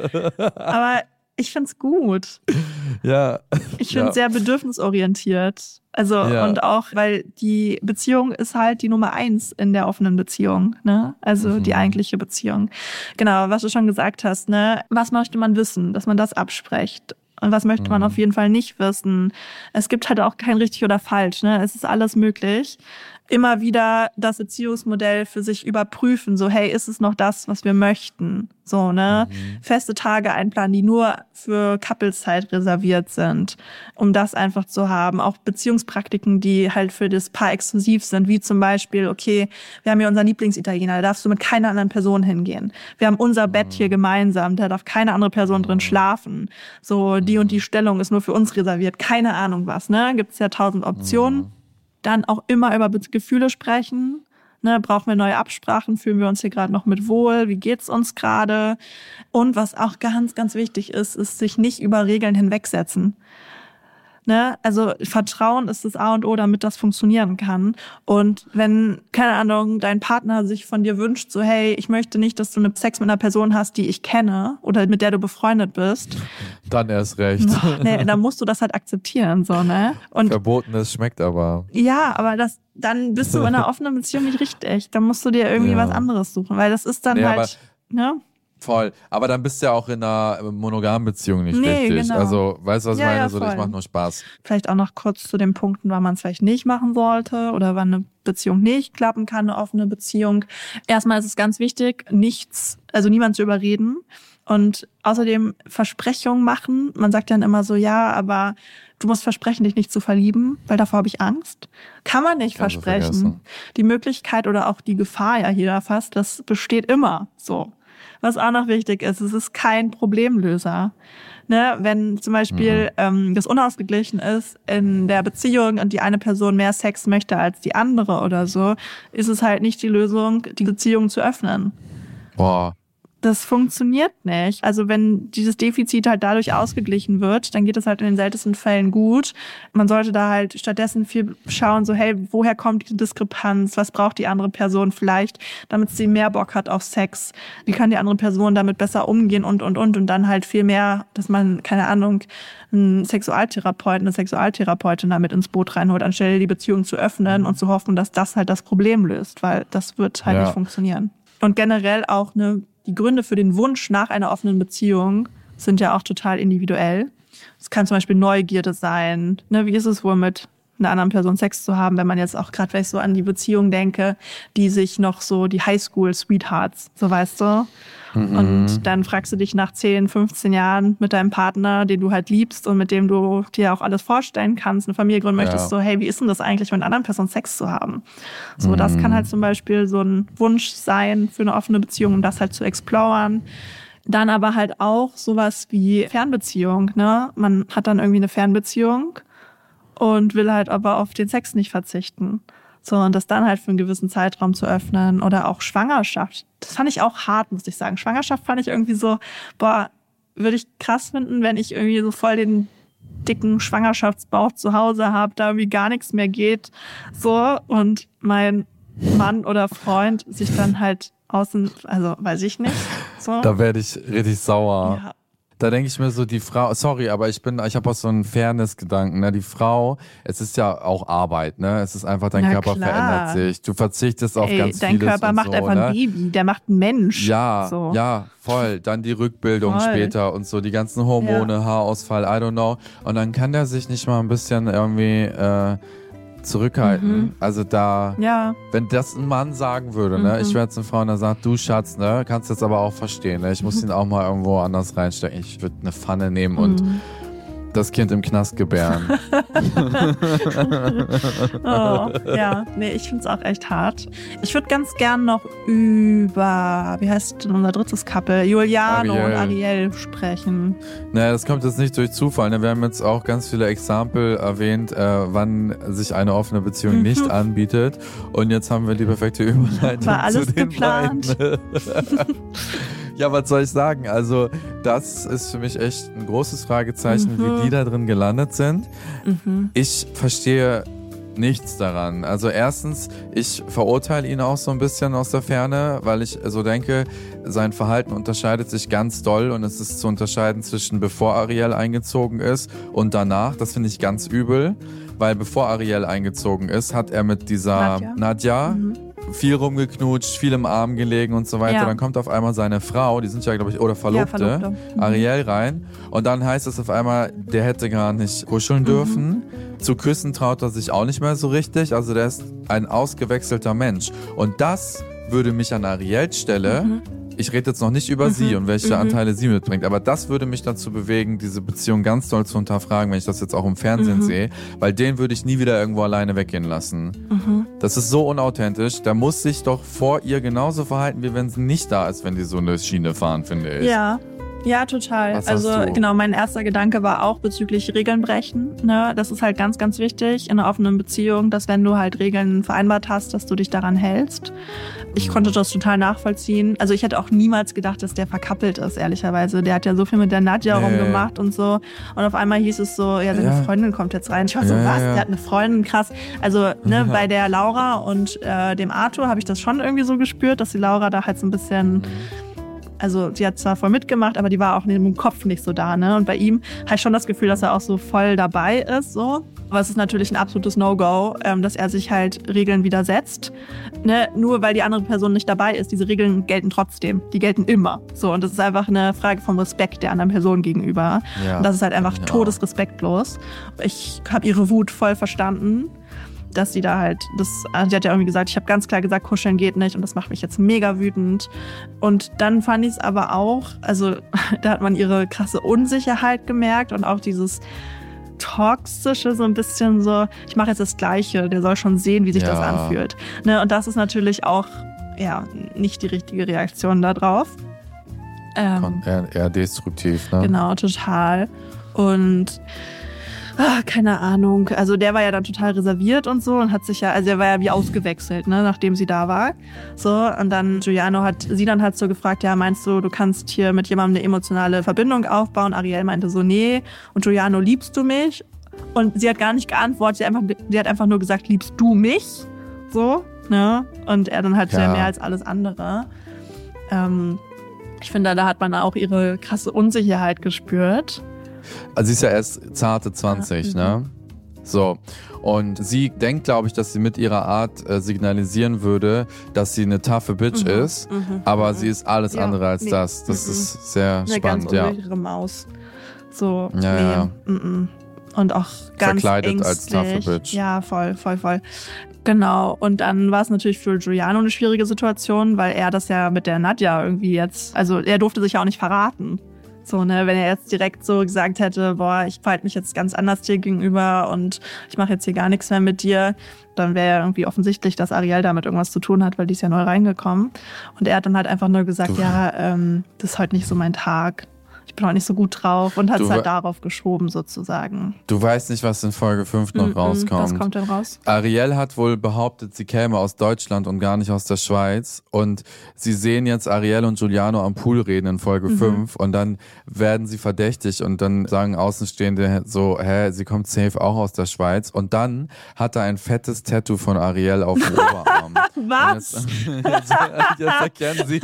Speaker 4: Aber ich find's gut.
Speaker 3: Ja.
Speaker 4: Ich finde es ja. sehr bedürfnisorientiert. Also, ja. und auch, weil die Beziehung ist halt die Nummer eins in der offenen Beziehung, ne? Also mhm. die eigentliche Beziehung. Genau, was du schon gesagt hast, ne? Was möchte man wissen, dass man das abspricht? Und was möchte man mhm. auf jeden Fall nicht wissen? Es gibt halt auch kein richtig oder falsch, ne? Es ist alles möglich. Immer wieder das Beziehungsmodell für sich überprüfen, so, hey, ist es noch das, was wir möchten? So, ne? Mhm. Feste Tage einplanen, die nur für Coupleszeit reserviert sind, um das einfach zu haben. Auch Beziehungspraktiken, die halt für das Paar exklusiv sind, wie zum Beispiel, okay, wir haben hier unseren Lieblingsitaliener, da darfst du mit keiner anderen Person hingehen. Wir haben unser mhm. Bett hier gemeinsam, da darf keine andere Person mhm. drin schlafen. So, die und die Stellung ist nur für uns reserviert, keine Ahnung was, ne? Gibt's ja tausend Optionen. Mhm. Dann auch immer über Gefühle sprechen. Ne, brauchen wir neue Absprachen? Fühlen wir uns hier gerade noch mit wohl? Wie geht's uns gerade? Und was auch ganz, ganz wichtig ist, ist sich nicht über Regeln hinwegsetzen. Ne? Also Vertrauen ist das A und O, damit das funktionieren kann. Und wenn, keine Ahnung, dein Partner sich von dir wünscht, so hey, ich möchte nicht, dass du eine Sex mit einer Person hast, die ich kenne oder mit der du befreundet bist.
Speaker 3: Dann erst recht.
Speaker 4: Oh, nee, dann musst du das halt akzeptieren. So, ne? Und
Speaker 3: Verbotenes schmeckt aber.
Speaker 4: Ja, aber das, dann bist du in einer offenen Beziehung nicht richtig. Dann musst du dir irgendwie ja. was anderes suchen, weil das ist dann nee, halt... Ne?
Speaker 3: Voll. Aber dann bist du ja auch in einer monogamen Beziehung nicht nee, richtig. Genau. Also, weißt du, was ich
Speaker 4: ja,
Speaker 3: meine?
Speaker 4: Ja,
Speaker 3: so, das macht nur Spaß.
Speaker 4: Vielleicht auch noch kurz zu den Punkten, wann man es vielleicht nicht machen sollte oder wann eine Beziehung nicht klappen kann, eine offene Beziehung. Erstmal ist es ganz wichtig, nichts, also niemand zu überreden. Und außerdem Versprechungen machen. Man sagt dann immer so, ja, aber du musst versprechen, dich nicht zu verlieben, weil davor habe ich Angst. Kann man nicht Kannst versprechen. Die Möglichkeit oder auch die Gefahr ja hier fast, das besteht immer so. Was auch noch wichtig ist, es ist kein Problemlöser. Ne, wenn zum Beispiel mhm. ähm, das unausgeglichen ist in der Beziehung und die eine Person mehr Sex möchte als die andere oder so, ist es halt nicht die Lösung, die Beziehung zu öffnen.
Speaker 3: Boah,
Speaker 4: Das funktioniert nicht. Also wenn dieses Defizit halt dadurch ausgeglichen wird, dann geht es halt in den seltensten Fällen gut. Man sollte da halt stattdessen viel schauen, so hey, woher kommt diese Diskrepanz? Was braucht die andere Person vielleicht, damit sie mehr Bock hat auf Sex? Wie kann die andere Person damit besser umgehen und, und, und. Und dann halt viel mehr, dass man, keine Ahnung, einen Sexualtherapeuten, eine Sexualtherapeutin damit ins Boot reinholt, anstelle die Beziehung zu öffnen und zu hoffen, dass das halt das Problem löst, weil das wird halt
Speaker 3: ja.
Speaker 4: nicht funktionieren. Und generell auch eine Die Gründe für den Wunsch nach einer offenen Beziehung sind ja auch total individuell. Es kann zum Beispiel Neugierde sein. Ne, wie ist es wohl, mit einer anderen Person Sex zu haben, wenn man jetzt auch gerade, wenn ich so an die Beziehung denke, die sich noch so, die Highschool-Sweethearts, so weißt du. Mhm. Und dann fragst du dich nach zehn, fünfzehn Jahren mit deinem Partner, den du halt liebst und mit dem du dir auch alles vorstellen kannst, eine Familie gründen möchtest, ja. so hey, wie ist denn das eigentlich, mit einer anderen Person Sex zu haben? So, mhm. das kann halt zum Beispiel so ein Wunsch sein für eine offene Beziehung, um das halt zu exploren. Dann aber halt auch sowas wie Fernbeziehung, ne? Man hat dann irgendwie eine Fernbeziehung und will halt aber auf den Sex nicht verzichten. So, und das dann halt für einen gewissen Zeitraum zu öffnen. Oder auch Schwangerschaft. Das fand ich auch hart, muss ich sagen. Schwangerschaft fand ich irgendwie so, boah, würde ich krass finden, wenn ich irgendwie so voll den dicken Schwangerschaftsbauch zu Hause habe, da irgendwie gar nichts mehr geht. So, und mein Mann oder Freund sich dann halt außen, also weiß ich nicht. So.
Speaker 3: Da werde ich richtig sauer.
Speaker 4: Ja.
Speaker 3: Da denke ich mir so, die Frau, sorry, aber ich bin, ich habe auch so einen Fairness-Gedanken, ne? Die Frau, es ist ja auch Arbeit, ne? Es ist einfach, dein
Speaker 4: Na
Speaker 3: Körper
Speaker 4: klar.
Speaker 3: verändert sich. Du verzichtest auf
Speaker 4: Ey,
Speaker 3: ganz
Speaker 4: dein
Speaker 3: vieles
Speaker 4: Körper
Speaker 3: und
Speaker 4: macht
Speaker 3: so,
Speaker 4: einfach
Speaker 3: ne?
Speaker 4: ein Baby, der macht einen Mensch.
Speaker 3: Ja,
Speaker 4: so.
Speaker 3: ja, voll. Dann die Rückbildung
Speaker 4: Voll.
Speaker 3: später und so, die ganzen Hormone,
Speaker 4: Ja.
Speaker 3: Haarausfall, I don't know. Und dann kann der sich nicht mal ein bisschen irgendwie äh, zurückhalten.
Speaker 4: Mhm.
Speaker 3: Also da,
Speaker 4: Ja.
Speaker 3: wenn das ein Mann sagen würde, ne,
Speaker 4: Mhm.
Speaker 3: ich wäre jetzt eine Frau und er sagt, du Schatz, ne, kannst jetzt aber auch verstehen, ne, ich muss ihn auch mal irgendwo anders reinstecken. Ich würde eine Pfanne nehmen und
Speaker 4: Mhm.
Speaker 3: das Kind im Knast gebären.
Speaker 4: Oh, ja, nee, ich find's auch echt hart. Ich würde ganz gern noch über, wie heißt denn unser drittes Couple, Juliano
Speaker 3: Ariel.
Speaker 4: und Ariel sprechen.
Speaker 3: Naja, das kommt jetzt nicht durch Zufall. Ne? Wir haben jetzt auch ganz viele Exempel erwähnt, äh, wann sich eine offene Beziehung
Speaker 4: Mhm.
Speaker 3: nicht anbietet. Und jetzt haben wir die perfekte Überleitung
Speaker 4: War alles
Speaker 3: zu den
Speaker 4: geplant.
Speaker 3: beiden. Ja, was soll ich sagen? Also das ist für mich echt ein großes Fragezeichen,
Speaker 4: Mhm.
Speaker 3: wie die da drin gelandet sind.
Speaker 4: Mhm.
Speaker 3: Ich verstehe nichts daran. Also erstens, ich verurteile ihn auch so ein bisschen aus der Ferne, weil ich so denke, sein Verhalten unterscheidet sich ganz doll und es ist zu unterscheiden zwischen bevor Ariel eingezogen ist und danach. Das finde ich ganz übel, weil bevor Ariel eingezogen ist, hat er mit dieser
Speaker 4: Nadja,
Speaker 3: Nadja
Speaker 4: Mhm.
Speaker 3: viel rumgeknutscht, viel im Arm gelegen und so weiter.
Speaker 4: Ja.
Speaker 3: Dann kommt auf einmal seine Frau, die sind ja, glaube ich, oder Verlobte,
Speaker 4: Ja, Verlobte. Mhm.
Speaker 3: Ariel rein. Und dann heißt es auf einmal, der hätte gar nicht kuscheln dürfen.
Speaker 4: Mhm.
Speaker 3: Zu küssen traut er sich auch nicht mehr so richtig. Also der ist ein ausgewechselter Mensch. Und das würde mich an Ariels Stelle,
Speaker 4: Mhm.
Speaker 3: ich rede jetzt noch nicht über
Speaker 4: Mhm.
Speaker 3: sie und welche
Speaker 4: Mhm.
Speaker 3: Anteile sie mitbringt, aber das würde mich dazu bewegen, diese Beziehung ganz doll zu hinterfragen, wenn ich das jetzt auch im Fernsehen
Speaker 4: Mhm.
Speaker 3: sehe, weil den würde ich nie wieder irgendwo alleine weggehen lassen.
Speaker 4: Mhm.
Speaker 3: Das ist so unauthentisch. Der muss sich doch vor ihr genauso verhalten, wie wenn sie nicht da ist, wenn die so eine Schiene fahren, finde ich.
Speaker 4: Ja. Ja, total.
Speaker 3: Was
Speaker 4: also
Speaker 3: hast du?
Speaker 4: genau, mein erster Gedanke war auch bezüglich Regeln brechen. Ne? Das ist halt ganz, ganz wichtig in einer offenen Beziehung, dass wenn du halt Regeln vereinbart hast, dass du dich daran hältst. Ich konnte das total nachvollziehen. Also ich hätte auch niemals gedacht, dass der verkappelt ist, ehrlicherweise. Der hat ja so viel mit der Nadja
Speaker 3: Nee.
Speaker 4: rumgemacht und so. Und auf einmal hieß es so, ja, seine
Speaker 3: Ja.
Speaker 4: Freundin kommt jetzt rein. Ich war so,
Speaker 3: Ja,
Speaker 4: was?
Speaker 3: ja.
Speaker 4: Der hat eine Freundin, krass. Also ne, bei der Laura und äh, dem Arthur habe ich das schon irgendwie so gespürt, dass die Laura da halt so ein bisschen... Also sie hat zwar voll mitgemacht, aber die war auch im Kopf nicht so da, ne? Und bei ihm habe ich schon das Gefühl, dass er auch so voll dabei ist, so. Aber es ist natürlich ein absolutes No-Go, ähm, dass er sich halt Regeln widersetzt, ne? Nur weil die andere Person nicht dabei ist. Diese Regeln gelten trotzdem. Die gelten immer. So, und das ist einfach eine Frage vom Respekt der anderen Person gegenüber.
Speaker 3: Ja,
Speaker 4: und das ist halt einfach
Speaker 3: ja.
Speaker 4: todesrespektlos. Ich habe ihre Wut voll verstanden, dass sie da halt, das, sie hat ja irgendwie gesagt, ich habe ganz klar gesagt, kuscheln geht nicht und das macht mich jetzt mega wütend. Und dann fand ich es aber auch, also da hat man ihre krasse Unsicherheit gemerkt und auch dieses Toxische, so ein bisschen so, ich mache jetzt das Gleiche, der soll schon sehen, wie sich
Speaker 3: Ja.
Speaker 4: das anfühlt. Ne? Und das ist natürlich auch, ja, nicht die richtige Reaktion darauf. Ähm,
Speaker 3: Eher, eher destruktiv, ne?
Speaker 4: Genau, total. Und Ach, keine Ahnung. Also der war ja dann total reserviert und so und hat sich ja, also er war ja wie ausgewechselt, ne, nachdem sie da war. So, und dann Giuliano hat sie dann halt so gefragt, ja, meinst du, du kannst hier mit jemandem eine emotionale Verbindung aufbauen? Ariel meinte so, nee. Und Giuliano, liebst du mich? Und sie hat gar nicht geantwortet, sie, einfach, sie hat einfach nur gesagt, liebst du mich? So, ne? Und er dann halt ja. sehr mehr als alles andere. Ähm, ich finde, da hat man auch ihre krasse Unsicherheit gespürt.
Speaker 3: Also sie ist ja erst zarte zwanzig, ja, ne? So. Und sie denkt, glaube ich, dass sie mit ihrer Art äh, signalisieren würde, dass sie eine toughe Bitch mhm. ist. Mhm. Aber mhm. sie ist alles ja. andere als nee. das. Das mhm. ist sehr eine
Speaker 4: ganz
Speaker 3: spannend, ja.
Speaker 4: unsichere Maus. So,
Speaker 3: ja,
Speaker 4: nee.
Speaker 3: ja.
Speaker 4: Mhm. Und auch ganz
Speaker 3: verkleidet
Speaker 4: ängstlich.
Speaker 3: als toughe Bitch.
Speaker 4: Ja, voll, voll, voll. Genau. Und dann war es natürlich für Giuliano eine schwierige Situation, weil er das ja mit der Nadja irgendwie jetzt, also er durfte sich ja auch nicht verraten. So, ne, wenn er jetzt direkt so gesagt hätte, boah, ich verhalte mich jetzt ganz anders dir gegenüber und ich mache jetzt hier gar nichts mehr mit dir, dann wäre ja irgendwie offensichtlich, dass Ariel damit irgendwas zu tun hat, weil die ist ja neu reingekommen. Und er hat dann halt einfach nur gesagt, du. ja, ähm, das ist heute nicht so mein Tag. Ich bin auch nicht so gut drauf und hat es halt darauf geschoben sozusagen.
Speaker 3: Du weißt nicht, was in Folge fünf noch mm-mm, rauskommt.
Speaker 4: Was kommt denn raus?
Speaker 3: Ariel hat wohl behauptet, sie käme aus Deutschland und gar nicht aus der Schweiz. Und sie sehen jetzt Ariel und Giuliano am Pool reden in Folge mhm. fünf und dann werden sie verdächtig und dann sagen Außenstehende so, hä, sie kommt safe auch aus der Schweiz. Und dann hat er ein fettes Tattoo von Ariel auf dem Oberarm.
Speaker 4: Was?
Speaker 3: Jetzt, jetzt, jetzt erkennen sie.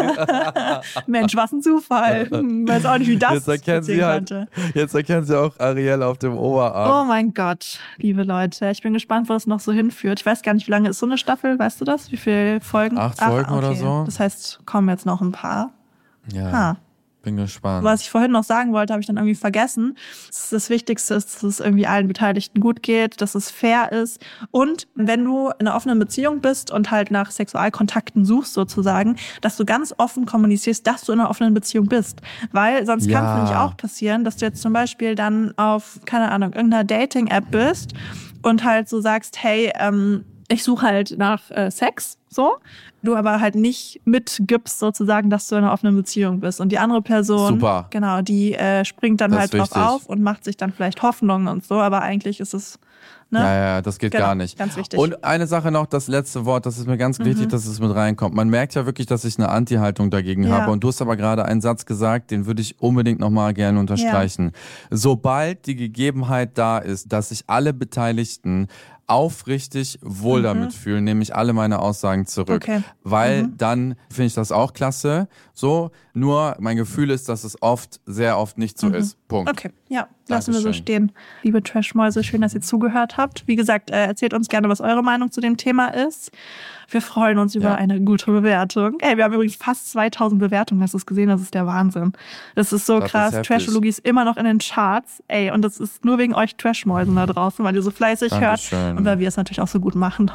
Speaker 4: Mensch, was ein Zufall. Hm, weiß auch nicht, wie das
Speaker 3: Jetzt erkennen, sie halt, jetzt erkennen sie auch Ariel auf dem Oberarm.
Speaker 4: Oh mein Gott, liebe Leute. Ich bin gespannt, wo das noch so hinführt. Ich weiß gar nicht, wie lange ist so eine Staffel, weißt du das? Wie viele Folgen?
Speaker 3: Acht Folgen
Speaker 4: Ach, okay.
Speaker 3: oder so.
Speaker 4: Das heißt, kommen jetzt noch ein paar.
Speaker 3: Ja,
Speaker 4: ha.
Speaker 3: bin gespannt.
Speaker 4: Was ich vorhin noch sagen wollte, habe ich dann irgendwie vergessen. Das, das Wichtigste ist, dass es irgendwie allen Beteiligten gut geht, dass es fair ist. Und wenn du in einer offenen Beziehung bist und halt nach Sexualkontakten suchst sozusagen, dass du ganz offen kommunizierst, dass du in einer offenen Beziehung bist. Weil sonst
Speaker 3: ja.
Speaker 4: kann es nämlich auch passieren, dass du jetzt zum Beispiel dann auf, keine Ahnung, irgendeiner Dating-App bist und halt so sagst, hey, ähm, ich suche halt nach äh, Sex, so. Du aber halt nicht mitgibst sozusagen, dass du in einer offenen Beziehung bist. Und die andere Person,
Speaker 3: Super.
Speaker 4: genau, die äh, springt dann
Speaker 3: das
Speaker 4: halt drauf auf und macht sich dann vielleicht Hoffnungen und so. Aber eigentlich ist es, ne?
Speaker 3: Ja, ja, das geht
Speaker 4: genau,
Speaker 3: gar nicht.
Speaker 4: Ganz wichtig.
Speaker 3: Und eine Sache noch, das letzte Wort, das ist mir ganz mhm. wichtig, dass es mit reinkommt. Man merkt ja wirklich, dass ich eine Anti-Haltung dagegen ja. habe. Und du hast aber gerade einen Satz gesagt, den würde ich unbedingt nochmal gerne unterstreichen. Ja. Sobald die Gegebenheit da ist, dass sich alle Beteiligten aufrichtig wohl mhm. damit fühlen, nehme ich alle meine Aussagen zurück.
Speaker 4: Okay.
Speaker 3: Weil
Speaker 4: mhm.
Speaker 3: dann finde ich das auch klasse. So, nur mein Gefühl ist, dass es oft, sehr oft nicht so mhm. ist. Punkt.
Speaker 4: Okay, ja, lassen
Speaker 3: Dankeschön.
Speaker 4: wir so stehen. Liebe Trashmäuse, schön, dass ihr zugehört habt. Wie gesagt, äh, erzählt uns gerne, was eure Meinung zu dem Thema ist. Wir freuen uns über ja. eine gute Bewertung. Ey, wir haben übrigens fast zweitausend Bewertungen. Hast du es gesehen? Das ist der Wahnsinn. Das ist so das krass. Ist Trashologie ist immer noch in den Charts. Ey, und das ist nur wegen euch Trashmäusen da draußen, weil ihr so fleißig
Speaker 3: Dankeschön.
Speaker 4: hört. Und weil wir es natürlich auch so gut machen.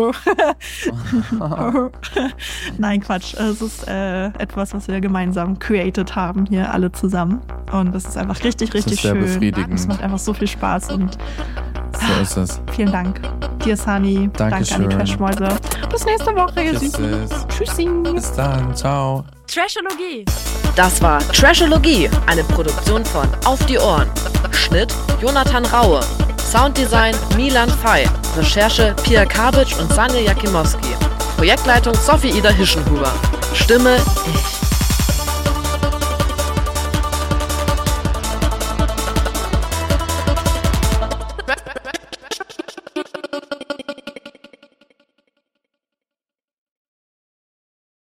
Speaker 4: Nein, Quatsch. Es ist äh, etwas, was wir gemeinsam created haben, hier alle zusammen. Und das ist einfach richtig, richtig
Speaker 3: das ist sehr
Speaker 4: schön.
Speaker 3: Befriedigend.
Speaker 4: Es macht einfach so viel Spaß. Und
Speaker 3: so ist es.
Speaker 4: Vielen Dank. Dir, Sunny. Danke an die Trashmäuse. Bis nächste Woche, ihr Süßen. Tschüssi.
Speaker 3: Bis dann. Ciao.
Speaker 2: Trashologie.
Speaker 6: Das war Trashologie, eine Produktion von Auf die Ohren. Schnitt Jonathan Raue. Sounddesign Milan Fey. Recherche Pia Kabitsch und Sanja Jakimowski. Projektleitung Sophie Ida Hischenhuber. Stimme ich.